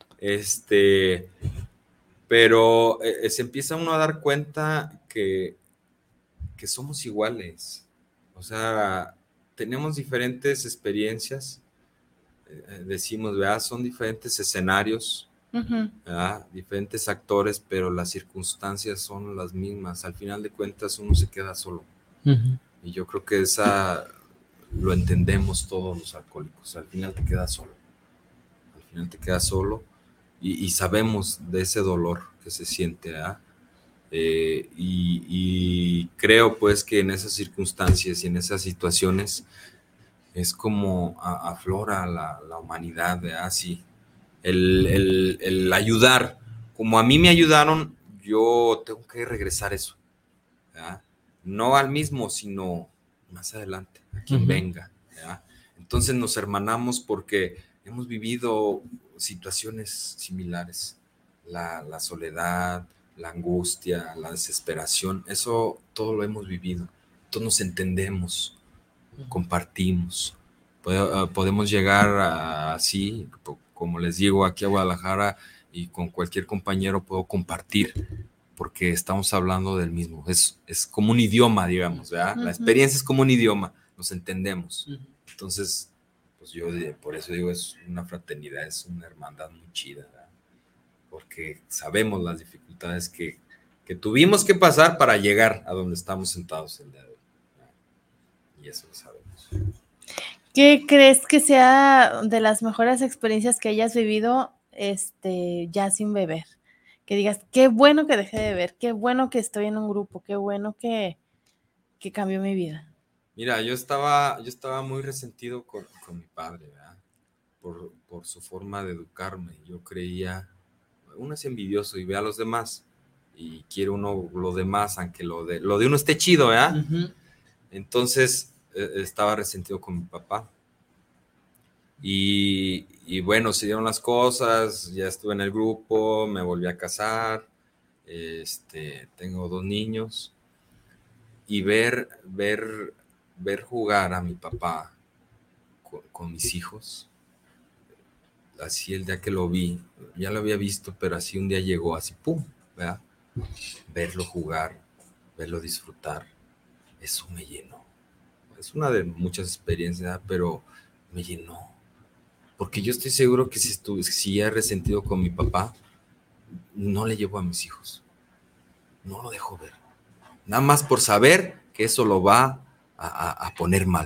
Pero se empieza uno a dar cuenta que somos iguales. O sea, tenemos diferentes experiencias, decimos, ¿verdad? Son diferentes escenarios, ¿verdad? Diferentes actores, pero las circunstancias son las mismas. Al final de cuentas, uno se queda solo. Y yo creo que lo entendemos todos los alcohólicos. Al final te quedas solo. Y sabemos de ese dolor que se siente, ¿verdad? Y creo, pues, que en esas circunstancias y en esas situaciones es como aflora la humanidad, ¿verdad? Sí. El ayudar, como a mí me ayudaron, yo tengo que regresar eso, ¿verdad? No al mismo, sino más adelante, a quien venga, ¿verdad? Entonces nos hermanamos porque hemos vivido situaciones similares, la soledad, la angustia, la desesperación, eso todo lo hemos vivido, todos nos entendemos, compartimos, Podemos llegar así, como les digo, aquí a Guadalajara, y con cualquier compañero puedo compartir, porque estamos hablando del mismo. Es como un idioma, digamos, ¿verdad? La experiencia es como un idioma, nos entendemos. Entonces, pues yo por eso digo, es una fraternidad, es una hermandad muy chida, ¿verdad? Porque sabemos las dificultades que tuvimos que pasar para llegar a donde estamos sentados el día de hoy, ¿verdad? Y eso lo sabemos. ¿Qué crees que sea de las mejores experiencias que hayas vivido ya sin beber? Que digas, qué bueno que dejé de beber, qué bueno que estoy en un grupo, qué bueno que cambió mi vida. Mira, yo estaba muy resentido con mi padre, ¿verdad? Por su forma de educarme. Yo creía, uno es envidioso y ve a los demás y quiere uno lo demás, aunque lo de uno esté chido, ¿verdad? Entonces estaba resentido con mi papá. Y bueno, se dieron las cosas, ya estuve en el grupo, me volví a casar, tengo 2 niños, y ver jugar a mi papá con mis hijos, así el día que lo vi, ya lo había visto, pero así un día llegó, así pum, ¿verdad? Verlo jugar, verlo disfrutar, eso me llenó. Es una de muchas experiencias, ¿verdad? Pero me llenó. Porque yo estoy seguro que si he resentido con mi papá, no le llevo a mis hijos. No lo dejo ver. Nada más por saber que eso lo va a poner mal.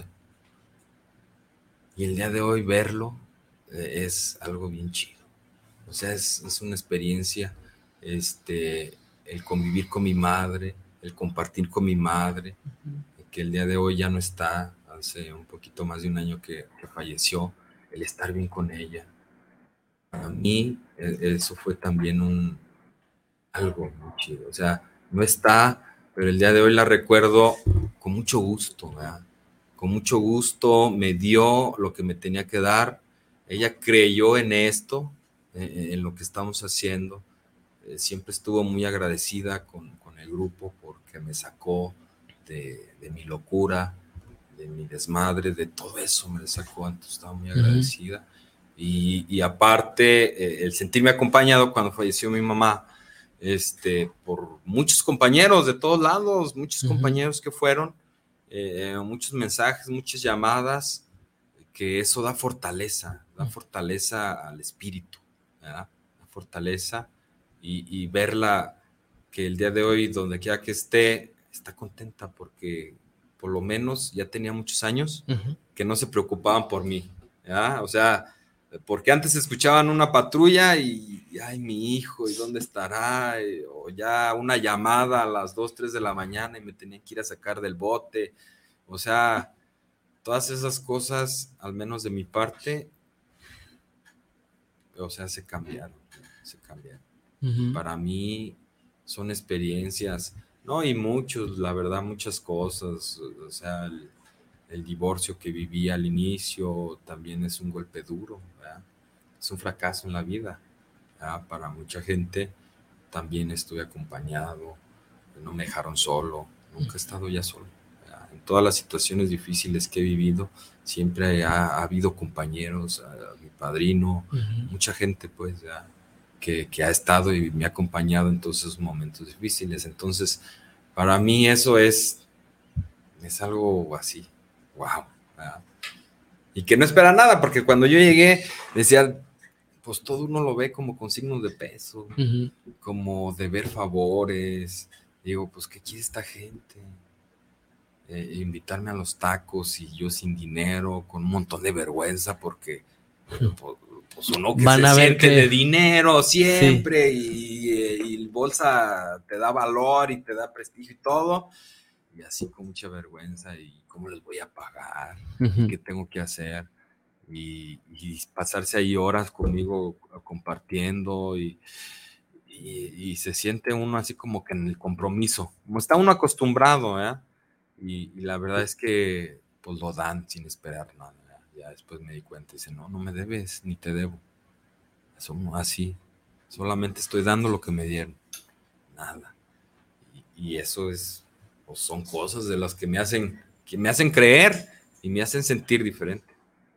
Y el día de hoy verlo es algo bien chido. O sea, es una experiencia, el convivir con mi madre, el compartir con mi madre, que el día de hoy ya no está, hace un poquito más de un año que falleció, el estar bien con ella. Para mí eso fue también algo muy chido. O sea, no está, pero el día de hoy la recuerdo con mucho gusto, ¿verdad? Con mucho gusto, me dio lo que me tenía que dar. Ella creyó en esto, en lo que estamos haciendo. Siempre estuvo muy agradecida con el grupo porque me sacó de mi locura, de mi desmadre, de todo eso me sacó, entonces estaba muy agradecida. Y aparte, el sentirme acompañado cuando falleció mi mamá, por muchos compañeros de todos lados, muchos compañeros que fueron, muchos mensajes, muchas llamadas, que eso da fortaleza al espíritu, ¿verdad? Da fortaleza y verla que el día de hoy, donde quiera que esté, está contenta porque por lo menos ya tenía muchos años que no se preocupaban por mí, ¿ya? O sea, porque antes escuchaban una patrulla y ay, mi hijo, ¿y dónde estará? O ya una llamada a las 2, 3 de la mañana y me tenían que ir a sacar del bote. O sea, todas esas cosas, al menos de mi parte, o sea, se cambiaron. Para mí son experiencias, ¿no? Y la verdad, muchas cosas. O sea, el divorcio que viví al inicio también es un golpe duro, ¿verdad? Es un fracaso en la vida, ¿verdad? Para mucha gente también estuve acompañado, no me dejaron solo, nunca he estado ya solo, ¿verdad? En todas las situaciones difíciles que he vivido, siempre ha habido compañeros, mi padrino, mucha gente, pues, ¿verdad? Que ha estado y me ha acompañado en todos esos momentos difíciles. Entonces, para mí eso es algo así, wow, ¿verdad? Y que no espera nada, porque cuando yo llegué, decía, pues todo uno lo ve como con signos de peso, como de ver favores. Digo, pues, ¿qué quiere esta gente? Invitarme a los tacos y yo sin dinero, con un montón de vergüenza, porque pues uno que van se siente de dinero siempre, y bolsa te da valor y te da prestigio y todo, y así con mucha vergüenza, y cómo les voy a pagar, qué tengo que hacer, y pasarse ahí horas conmigo compartiendo, y se siente uno así como que en el compromiso, como está uno acostumbrado, ¿eh? Y la verdad es que pues lo dan sin esperar nada. Ya después me di cuenta y dice, no me debes, ni te debo. Eso no, así, solamente estoy dando lo que me dieron, nada. Y eso pues son cosas de las que me hacen creer y me hacen sentir diferente.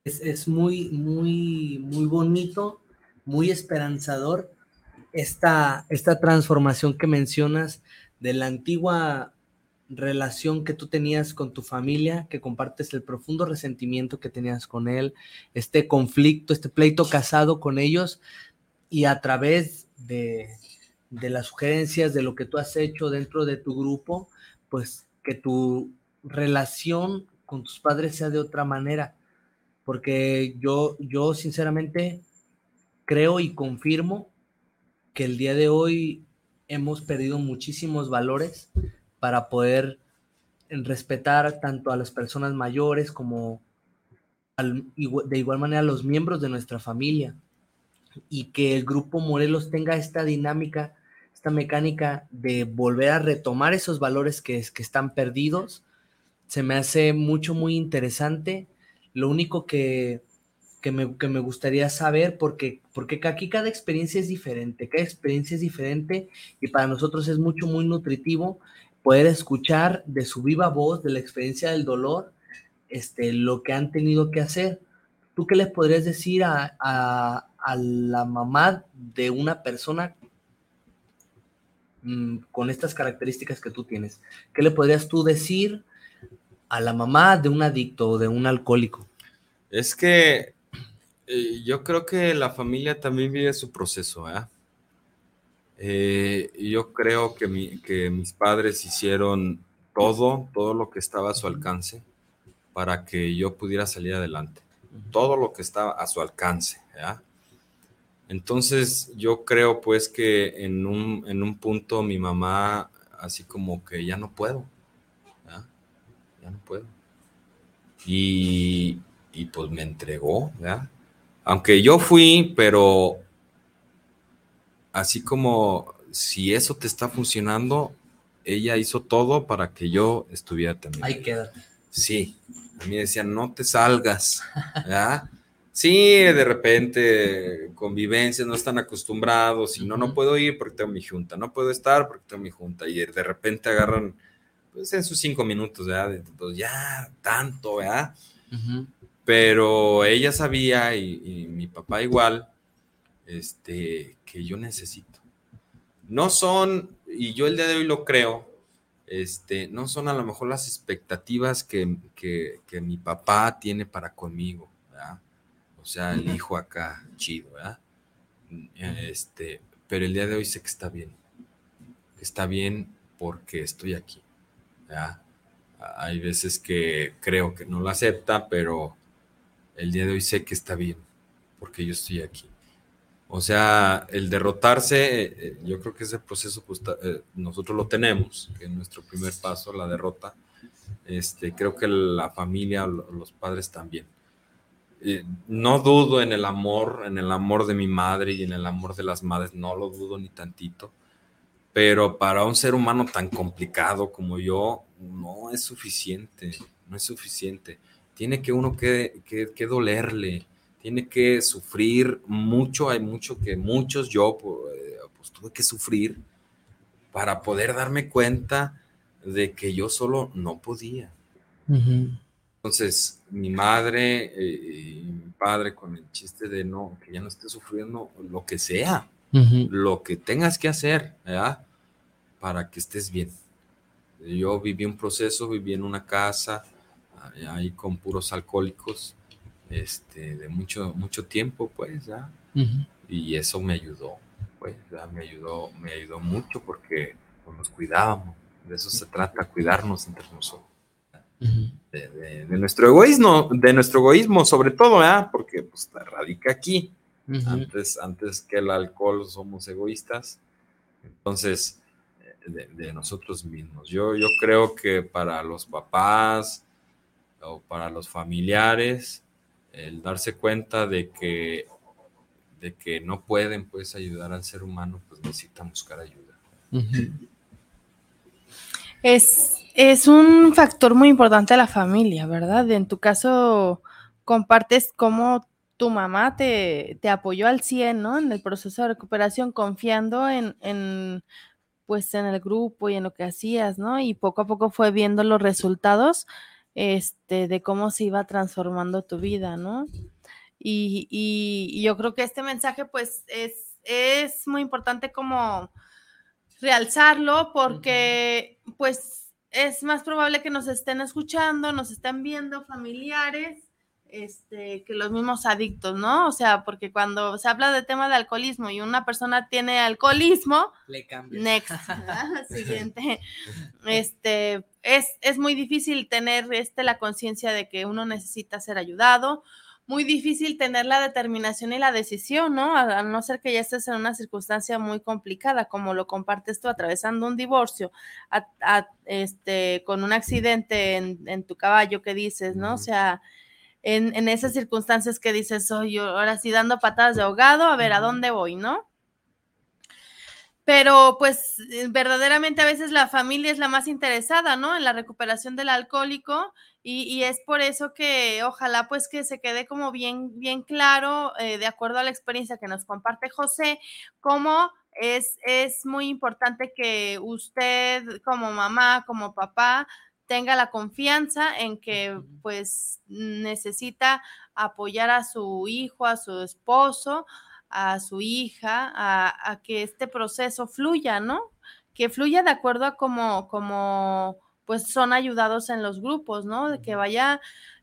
Es muy, muy, muy bonito, muy esperanzador esta transformación que mencionas de la antigua relación que tú tenías con tu familia, que compartes el profundo resentimiento que tenías con él, este conflicto, este pleito casado con ellos, y a través de las sugerencias, de lo que tú has hecho dentro de tu grupo, pues que tu relación con tus padres sea de otra manera, porque yo sinceramente creo y confirmo que el día de hoy hemos perdido muchísimos valores para poder respetar tanto a las personas mayores como de igual manera a los miembros de nuestra familia, y que el Grupo Morelos tenga esta dinámica, esta mecánica de volver a retomar esos valores que están perdidos, se me hace muy interesante. Lo único que me gustaría saber, porque aquí cada experiencia es diferente, y para nosotros es muy nutritivo poder escuchar de su viva voz, de la experiencia del dolor, lo que han tenido que hacer. ¿Tú qué les podrías decir a la mamá de una persona con estas características que tú tienes? ¿Qué le podrías tú decir a la mamá de un adicto o de un alcohólico? Es que yo creo que la familia también vive su proceso, ¿eh? Yo creo que mis padres hicieron todo lo que estaba a su alcance para que yo pudiera salir adelante. Todo lo que estaba a su alcance, ¿ya? Entonces yo creo pues que en un punto mi mamá así como que ya no puedo, ¿ya? Ya no puedo. Y pues me entregó, ¿ya? Aunque yo fui, pero así como si eso te está funcionando, ella hizo todo para que yo estuviera también. Ahí quédate. Sí, a mí decían, no te salgas, ¿ya? Sí, de repente, convivencia, no están acostumbrados, y no puedo ir porque tengo mi junta, no puedo estar porque tengo mi junta, y de repente agarran, pues, esos 5 minutos, ¿verdad? Pues ya, tanto, ¿verdad? Pero ella sabía, y mi papá igual, que yo necesito. No son, y yo el día de hoy lo creo, no son a lo mejor las expectativas que mi papá tiene para conmigo, ¿verdad? O sea, el hijo acá, chido, ¿verdad? Pero el día de hoy sé que está bien porque estoy aquí, ¿verdad? Hay veces que creo que no lo acepta, pero el día de hoy sé que está bien porque yo estoy aquí. O sea, el derrotarse, yo creo que ese proceso pues, nosotros lo tenemos, que es nuestro primer paso, la derrota. Creo que la familia, los padres también. No dudo en el amor de mi madre y en el amor de las madres, no lo dudo ni tantito, pero para un ser humano tan complicado como yo, no es suficiente. Tiene que uno que dolerle, tiene que sufrir mucho, hay mucho que muchos, yo pues tuve que sufrir para poder darme cuenta de que yo solo no podía. Entonces, mi madre y mi padre con el chiste de no, que ya no esté sufriendo lo que sea, lo que tengas que hacer, ¿verdad? Para que estés bien. Yo viví un proceso, viví en una casa ahí con puros alcohólicos, de mucho tiempo, pues, ¿ya? Y eso me ayudó, pues, ¿ya? Me ayudó mucho porque pues, nos cuidábamos. De eso se trata, cuidarnos entre nosotros. De nuestro egoísmo sobre todo, ¿verdad? Porque pues radica aquí. Antes que el alcohol somos egoístas. Entonces, de nosotros mismos. Yo creo que para los papás o para los familiares, el darse cuenta de que no pueden pues ayudar al ser humano, pues necesitan buscar ayuda. Es un factor muy importante la familia, ¿verdad? En tu caso, compartes cómo tu mamá te apoyó al 100, ¿no? En el proceso de recuperación, confiando en pues en el grupo y en lo que hacías, ¿no? Y poco a poco fue viendo los resultados de cómo se iba transformando tu vida, ¿no? Y yo creo que este mensaje, pues, es muy importante como realzarlo porque, pues, es más probable que nos estén escuchando, nos estén viendo familiares, que los mismos adictos, ¿no? O sea, porque cuando se habla de tema de alcoholismo y una persona tiene alcoholismo, le cambia. Next, siguiente. Es muy difícil tener la conciencia de que uno necesita ser ayudado, muy difícil tener la determinación y la decisión, ¿no? A no ser que ya estés en una circunstancia muy complicada, como lo compartes tú, atravesando un divorcio, con un accidente en tu caballo que dices, ¿no? O sea, en esas circunstancias que dices, oye, ahora sí dando patadas de ahogado, a ver, ¿a dónde voy, no? Pero pues verdaderamente a veces la familia es la más interesada, ¿no? En la recuperación del alcohólico y es por eso que ojalá pues que se quede como bien, bien claro, de acuerdo a la experiencia que nos comparte José, cómo es muy importante que usted como mamá, como papá, tenga la confianza en que pues necesita apoyar a su hijo, a su esposo, a su hija, a que este proceso fluya, ¿no? Que fluya de acuerdo a como pues son ayudados en los grupos, ¿no? De que vaya,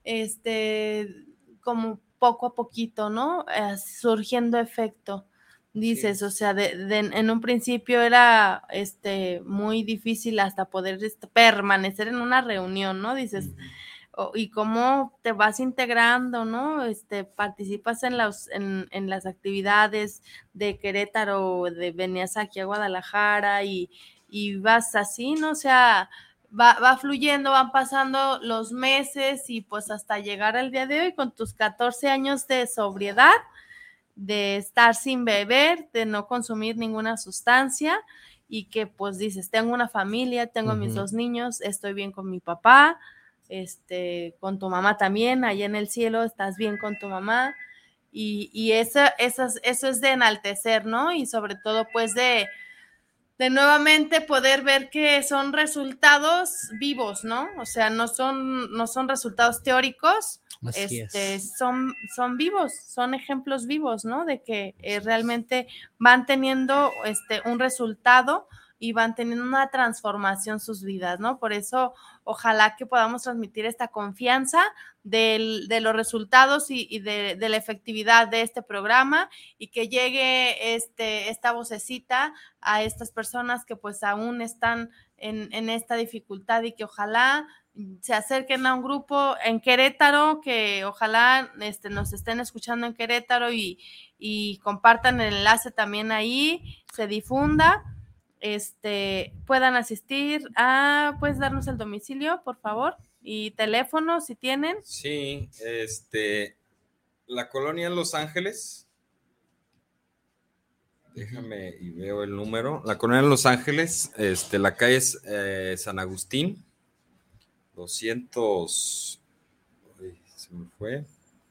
como poco a poquito, ¿no? Surgiendo efecto. Dices, sí. O sea, en un principio era muy difícil hasta poder permanecer en una reunión, ¿no? Dices, y cómo te vas integrando, ¿no? Participas en las actividades de Querétaro, venías aquí a Guadalajara y vas así, ¿no? O sea, va fluyendo, van pasando los meses y pues hasta llegar al día de hoy con tus 14 años de sobriedad, de estar sin beber, de no consumir ninguna sustancia y que pues dices, tengo una familia, tengo mis 2 niños, estoy bien con mi papá, con tu mamá también, allá en el cielo estás bien con tu mamá y eso es de enaltecer, ¿no? Y sobre todo pues de nuevamente poder ver que son resultados vivos, ¿no? O sea, no son resultados teóricos, son vivos, son ejemplos vivos, ¿no? De que realmente van teniendo un resultado y van teniendo una transformación sus vidas, ¿no? Por eso, ojalá que podamos transmitir esta confianza de los resultados y de la efectividad de este programa y que llegue esta vocecita a estas personas que pues aún están en esta dificultad y que ojalá se acerquen a un grupo en Querétaro, que ojalá nos estén escuchando en Querétaro y compartan el enlace también ahí, se difunda, puedan asistir a, pues darnos el domicilio, por favor, y teléfono si tienen. Sí, la colonia Los Ángeles, déjame y veo el número, la colonia Los Ángeles, la calle es San Agustín, 200, se me fue,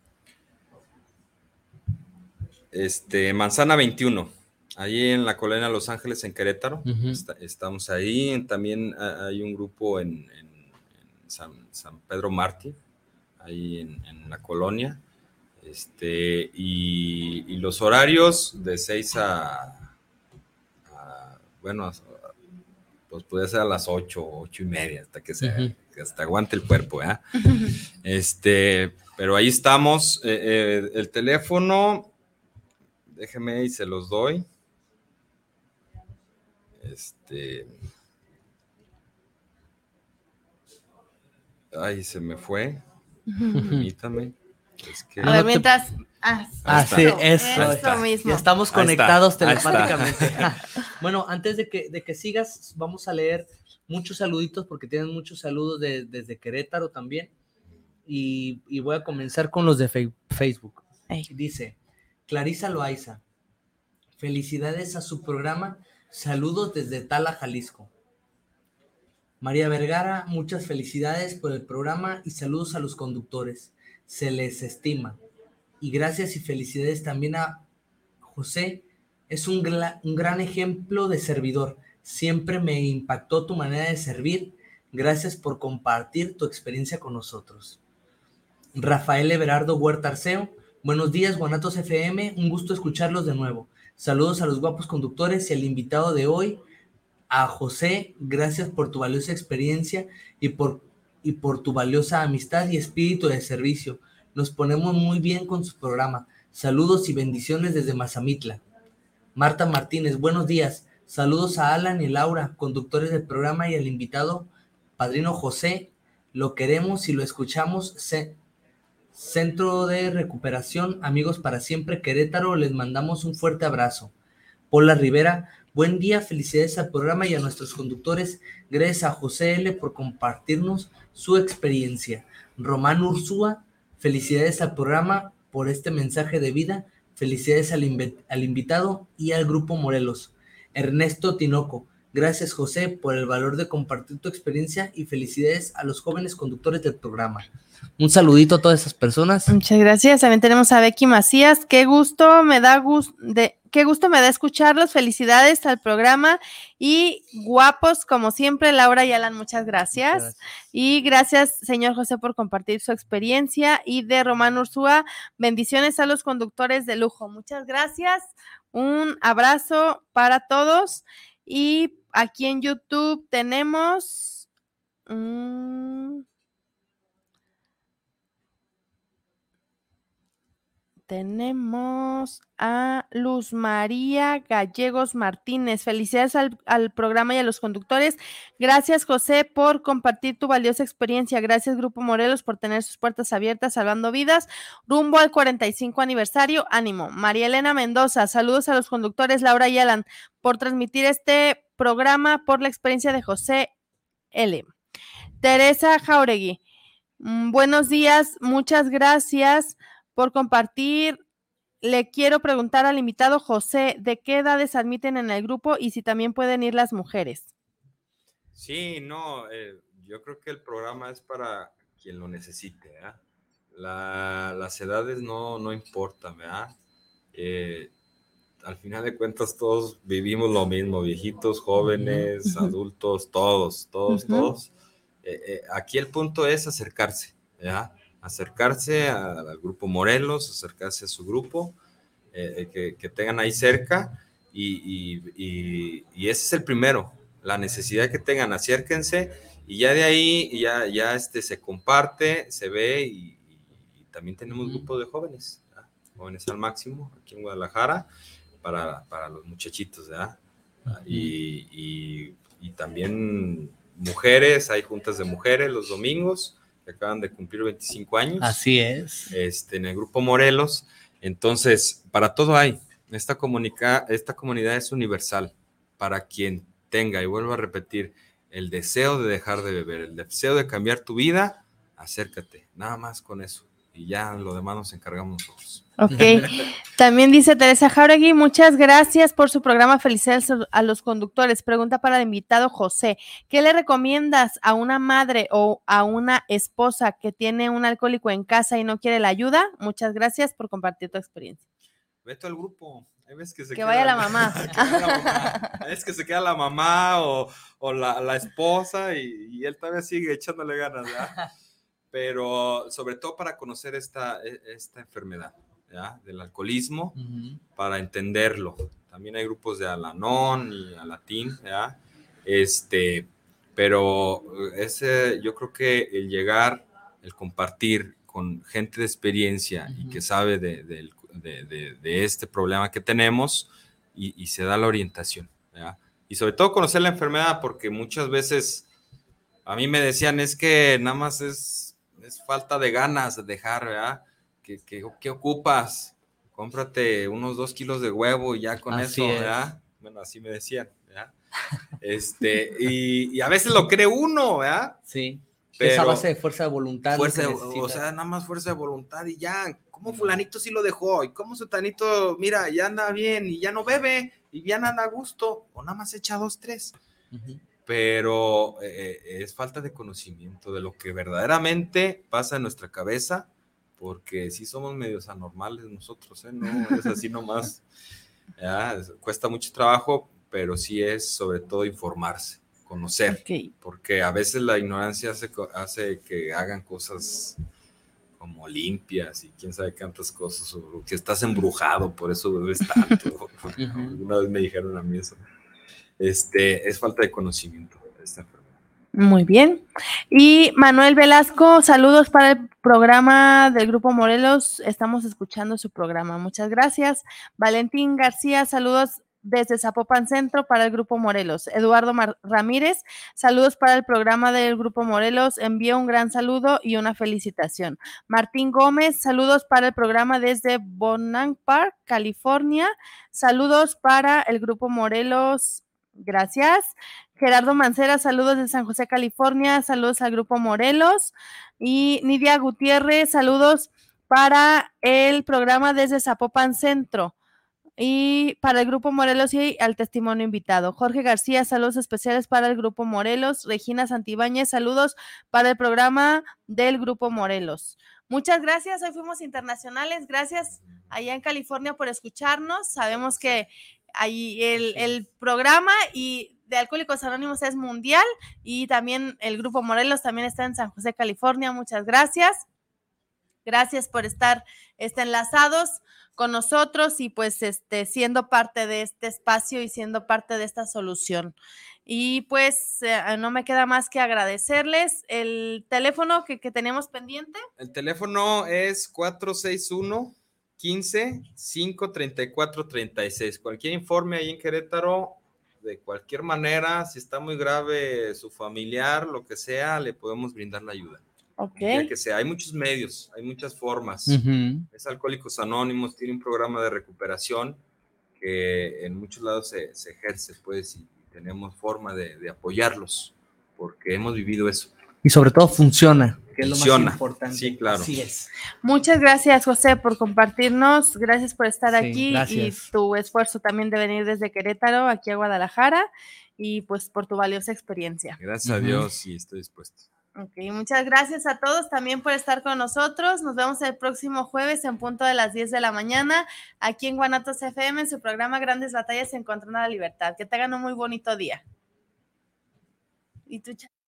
Manzana 21, ahí en la colonia Los Ángeles, en Querétaro. Estamos ahí. También hay un grupo en San Pedro Mártir, ahí en la colonia, y los horarios de 6 bueno, pues puede ser a las 8:30, hasta que que hasta aguante el cuerpo, ¿eh? Pero ahí estamos. El teléfono, déjeme y se los doy. Ay, se me fue. Permítame. Es que... A ver, mientras... sí, eso mismo. Ya estamos conectados telepáticamente. Bueno, antes de que sigas, vamos a leer muchos saluditos porque tienen muchos saludos desde Querétaro también. Y voy a comenzar con los de Facebook. Dice Clarisa Loaiza: felicidades a su programa, saludos desde Tala, Jalisco. María Vergara, muchas felicidades por el programa y saludos a los conductores, se les estima. Y gracias y felicidades también a José, es un gran ejemplo de servidor, siempre me impactó tu manera de servir, Gracias por compartir tu experiencia con nosotros. Rafael Everardo Huerta Arceo, buenos días, Guanatos FM, un gusto escucharlos de nuevo. Saludos a los guapos conductores y al invitado de hoy, a José. Gracias por tu valiosa experiencia y por tu valiosa amistad y espíritu de servicio. Nos ponemos muy bien con su programa. Saludos y bendiciones desde Mazamitla. Marta Martínez, buenos días. Saludos a Alan y Laura, conductores del programa, y al invitado, padrino José. Lo queremos y lo escuchamos. Centro de Recuperación, Amigos para Siempre, Querétaro, les mandamos un fuerte abrazo. Paula Rivera, buen día, felicidades al programa y a nuestros conductores. Gracias a José L. por compartirnos su experiencia. Román Ursúa, felicidades al programa por este mensaje de vida. Felicidades al invitado y al Grupo Morelos. Ernesto Tinoco, gracias José por el valor de compartir tu experiencia y felicidades a los jóvenes conductores del programa. Un saludito a todas esas personas. Muchas gracias. También tenemos a Becky Macías. Qué gusto me da escucharlos. Felicidades al programa y guapos como siempre, Laura y Alan. Muchas gracias. Y gracias, señor José, por compartir su experiencia. Y de Román Ursúa, bendiciones a los conductores de lujo. Muchas gracias. Un abrazo para todos. Y aquí en YouTube tenemos a Luz María Gallegos Martínez. Felicidades al programa y a los conductores. Gracias, José, por compartir tu valiosa experiencia. Gracias, Grupo Morelos, por tener sus puertas abiertas, salvando vidas. Rumbo al 45 aniversario. Ánimo. María Elena Mendoza. Saludos a los conductores, Laura y Alan, por transmitir este programa, por la experiencia de José L. Teresa Jauregui. Buenos días. Muchas gracias por compartir. Le quiero preguntar al invitado José, ¿de qué edades admiten en el grupo y si también pueden ir las mujeres? Sí, no, yo creo que el programa es para quien lo necesite, ¿verdad? Las edades no importan, ¿verdad? Al final de cuentas todos vivimos lo mismo, viejitos, jóvenes, adultos, todos. Aquí el punto es acercarse, ¿verdad? Acercarse al Grupo Morelos, acercarse a su grupo, que tengan ahí cerca y ese es el primero, la necesidad que tengan, acérquense y ya de ahí ya se comparte, se ve y también tenemos grupos de jóvenes, ¿verdad? Jóvenes al máximo aquí en Guadalajara para los muchachitos, ¿verdad? Y también mujeres, hay juntas de mujeres los domingos, acaban de cumplir 25 años. Así es. En el Grupo Morelos. Entonces, para todo hay. Esta comunidad es universal para quien tenga, y vuelvo a repetir, el deseo de dejar de beber, el deseo de cambiar tu vida, acércate, nada más con eso. Y ya lo demás nos encargamos nosotros. Ok. También dice Teresa Jauregui, muchas gracias por su programa. Felicidades a los conductores. Pregunta para el invitado José, ¿qué le recomiendas a una madre o a una esposa que tiene un alcohólico en casa y no quiere la ayuda? Muchas gracias por compartir tu experiencia. Vete al grupo. Hay veces que vaya la mamá. Es que se queda la mamá o la esposa y él todavía sigue echándole ganas, ¿verdad? Pero sobre todo para conocer esta enfermedad, ¿ya? Del alcoholismo, para entenderlo. También hay grupos de Al-Anon y Alatín, ¿ya? Pero yo creo que el llegar, el compartir con gente de experiencia y que sabe de este problema que tenemos y se da la orientación, ¿ya? Y sobre todo conocer la enfermedad, porque muchas veces a mí me decían, es que nada más es falta de ganas de dejar, ¿verdad? ¿Qué ocupas? Cómprate unos 2 kilos de huevo y ya con así eso, ¿verdad? Bueno, así me decían, ¿verdad? Y a veces lo cree uno, ¿verdad? Sí. Pero esa base de fuerza de voluntad. O sea, nada más fuerza de voluntad y ya. ¿Cómo fulanito sí lo dejó? ¿Y cómo sutanito, mira, ya anda bien y ya no bebe y ya anda a gusto? O nada más echa 2, 3. Pero es falta de conocimiento de lo que verdaderamente pasa en nuestra cabeza, porque sí somos medios anormales nosotros, ¿eh? No es así nomás. Cuesta mucho trabajo, pero sí es sobre todo informarse, conocer, Ok. porque a veces la ignorancia hace que hagan cosas como limpias y quién sabe cuántas cosas, o que estás embrujado, por eso bebes tanto. Alguna vez me dijeron a mí eso. Es falta de conocimiento de esta enfermedad. Muy bien. Y Manuel Velasco, saludos para el programa del Grupo Morelos. Estamos escuchando su programa. Muchas gracias. Valentín García, saludos desde Zapopan Centro para el Grupo Morelos. Eduardo Ramírez, saludos para el programa del Grupo Morelos. Envío un gran saludo y una felicitación. Martín Gómez, saludos para el programa desde Bonham Park, California. Saludos para el Grupo Morelos. Gracias. Gerardo Mancera, saludos de San José, California, saludos al Grupo Morelos. Y Nidia Gutiérrez, saludos para el programa desde Zapopan Centro y para el Grupo Morelos y al testimonio invitado. Jorge García, saludos especiales para el Grupo Morelos. Regina Santibáñez, saludos para el programa del Grupo Morelos. Muchas gracias, hoy fuimos internacionales, gracias allá en California por escucharnos. Sabemos que ahí el programa y de Alcohólicos Anónimos es mundial y también el Grupo Morelos también está en San José, California. Muchas gracias. Gracias por estar enlazados con nosotros y pues siendo parte de este espacio y siendo parte de esta solución. Y pues no me queda más que agradecerles. El teléfono que tenemos pendiente. El teléfono es 461-15-534-36. Cualquier informe ahí en Querétaro, de cualquier manera, si está muy grave su familiar, lo que sea, le podemos brindar la ayuda. Okay. Que sea. Hay muchos medios, hay muchas formas. Es Alcohólicos Anónimos, tiene un programa de recuperación que en muchos lados se ejerce, pues, y tenemos forma de apoyarlos, porque hemos vivido eso. Y sobre todo funciona, que es lo más importante. Sí, claro. Así es. Muchas gracias, José, por compartirnos. Gracias por estar aquí gracias. Y tu esfuerzo también de venir desde Querétaro aquí a Guadalajara y pues por tu valiosa experiencia. Gracias a Dios, sí, estoy dispuesto. Ok, muchas gracias a todos también por estar con nosotros. Nos vemos el próximo jueves en punto de las 10 de la mañana aquí en Guanatos FM en su programa Grandes Batallas Encontrando la Libertad. Que tengan un muy bonito día. ¿Y tú,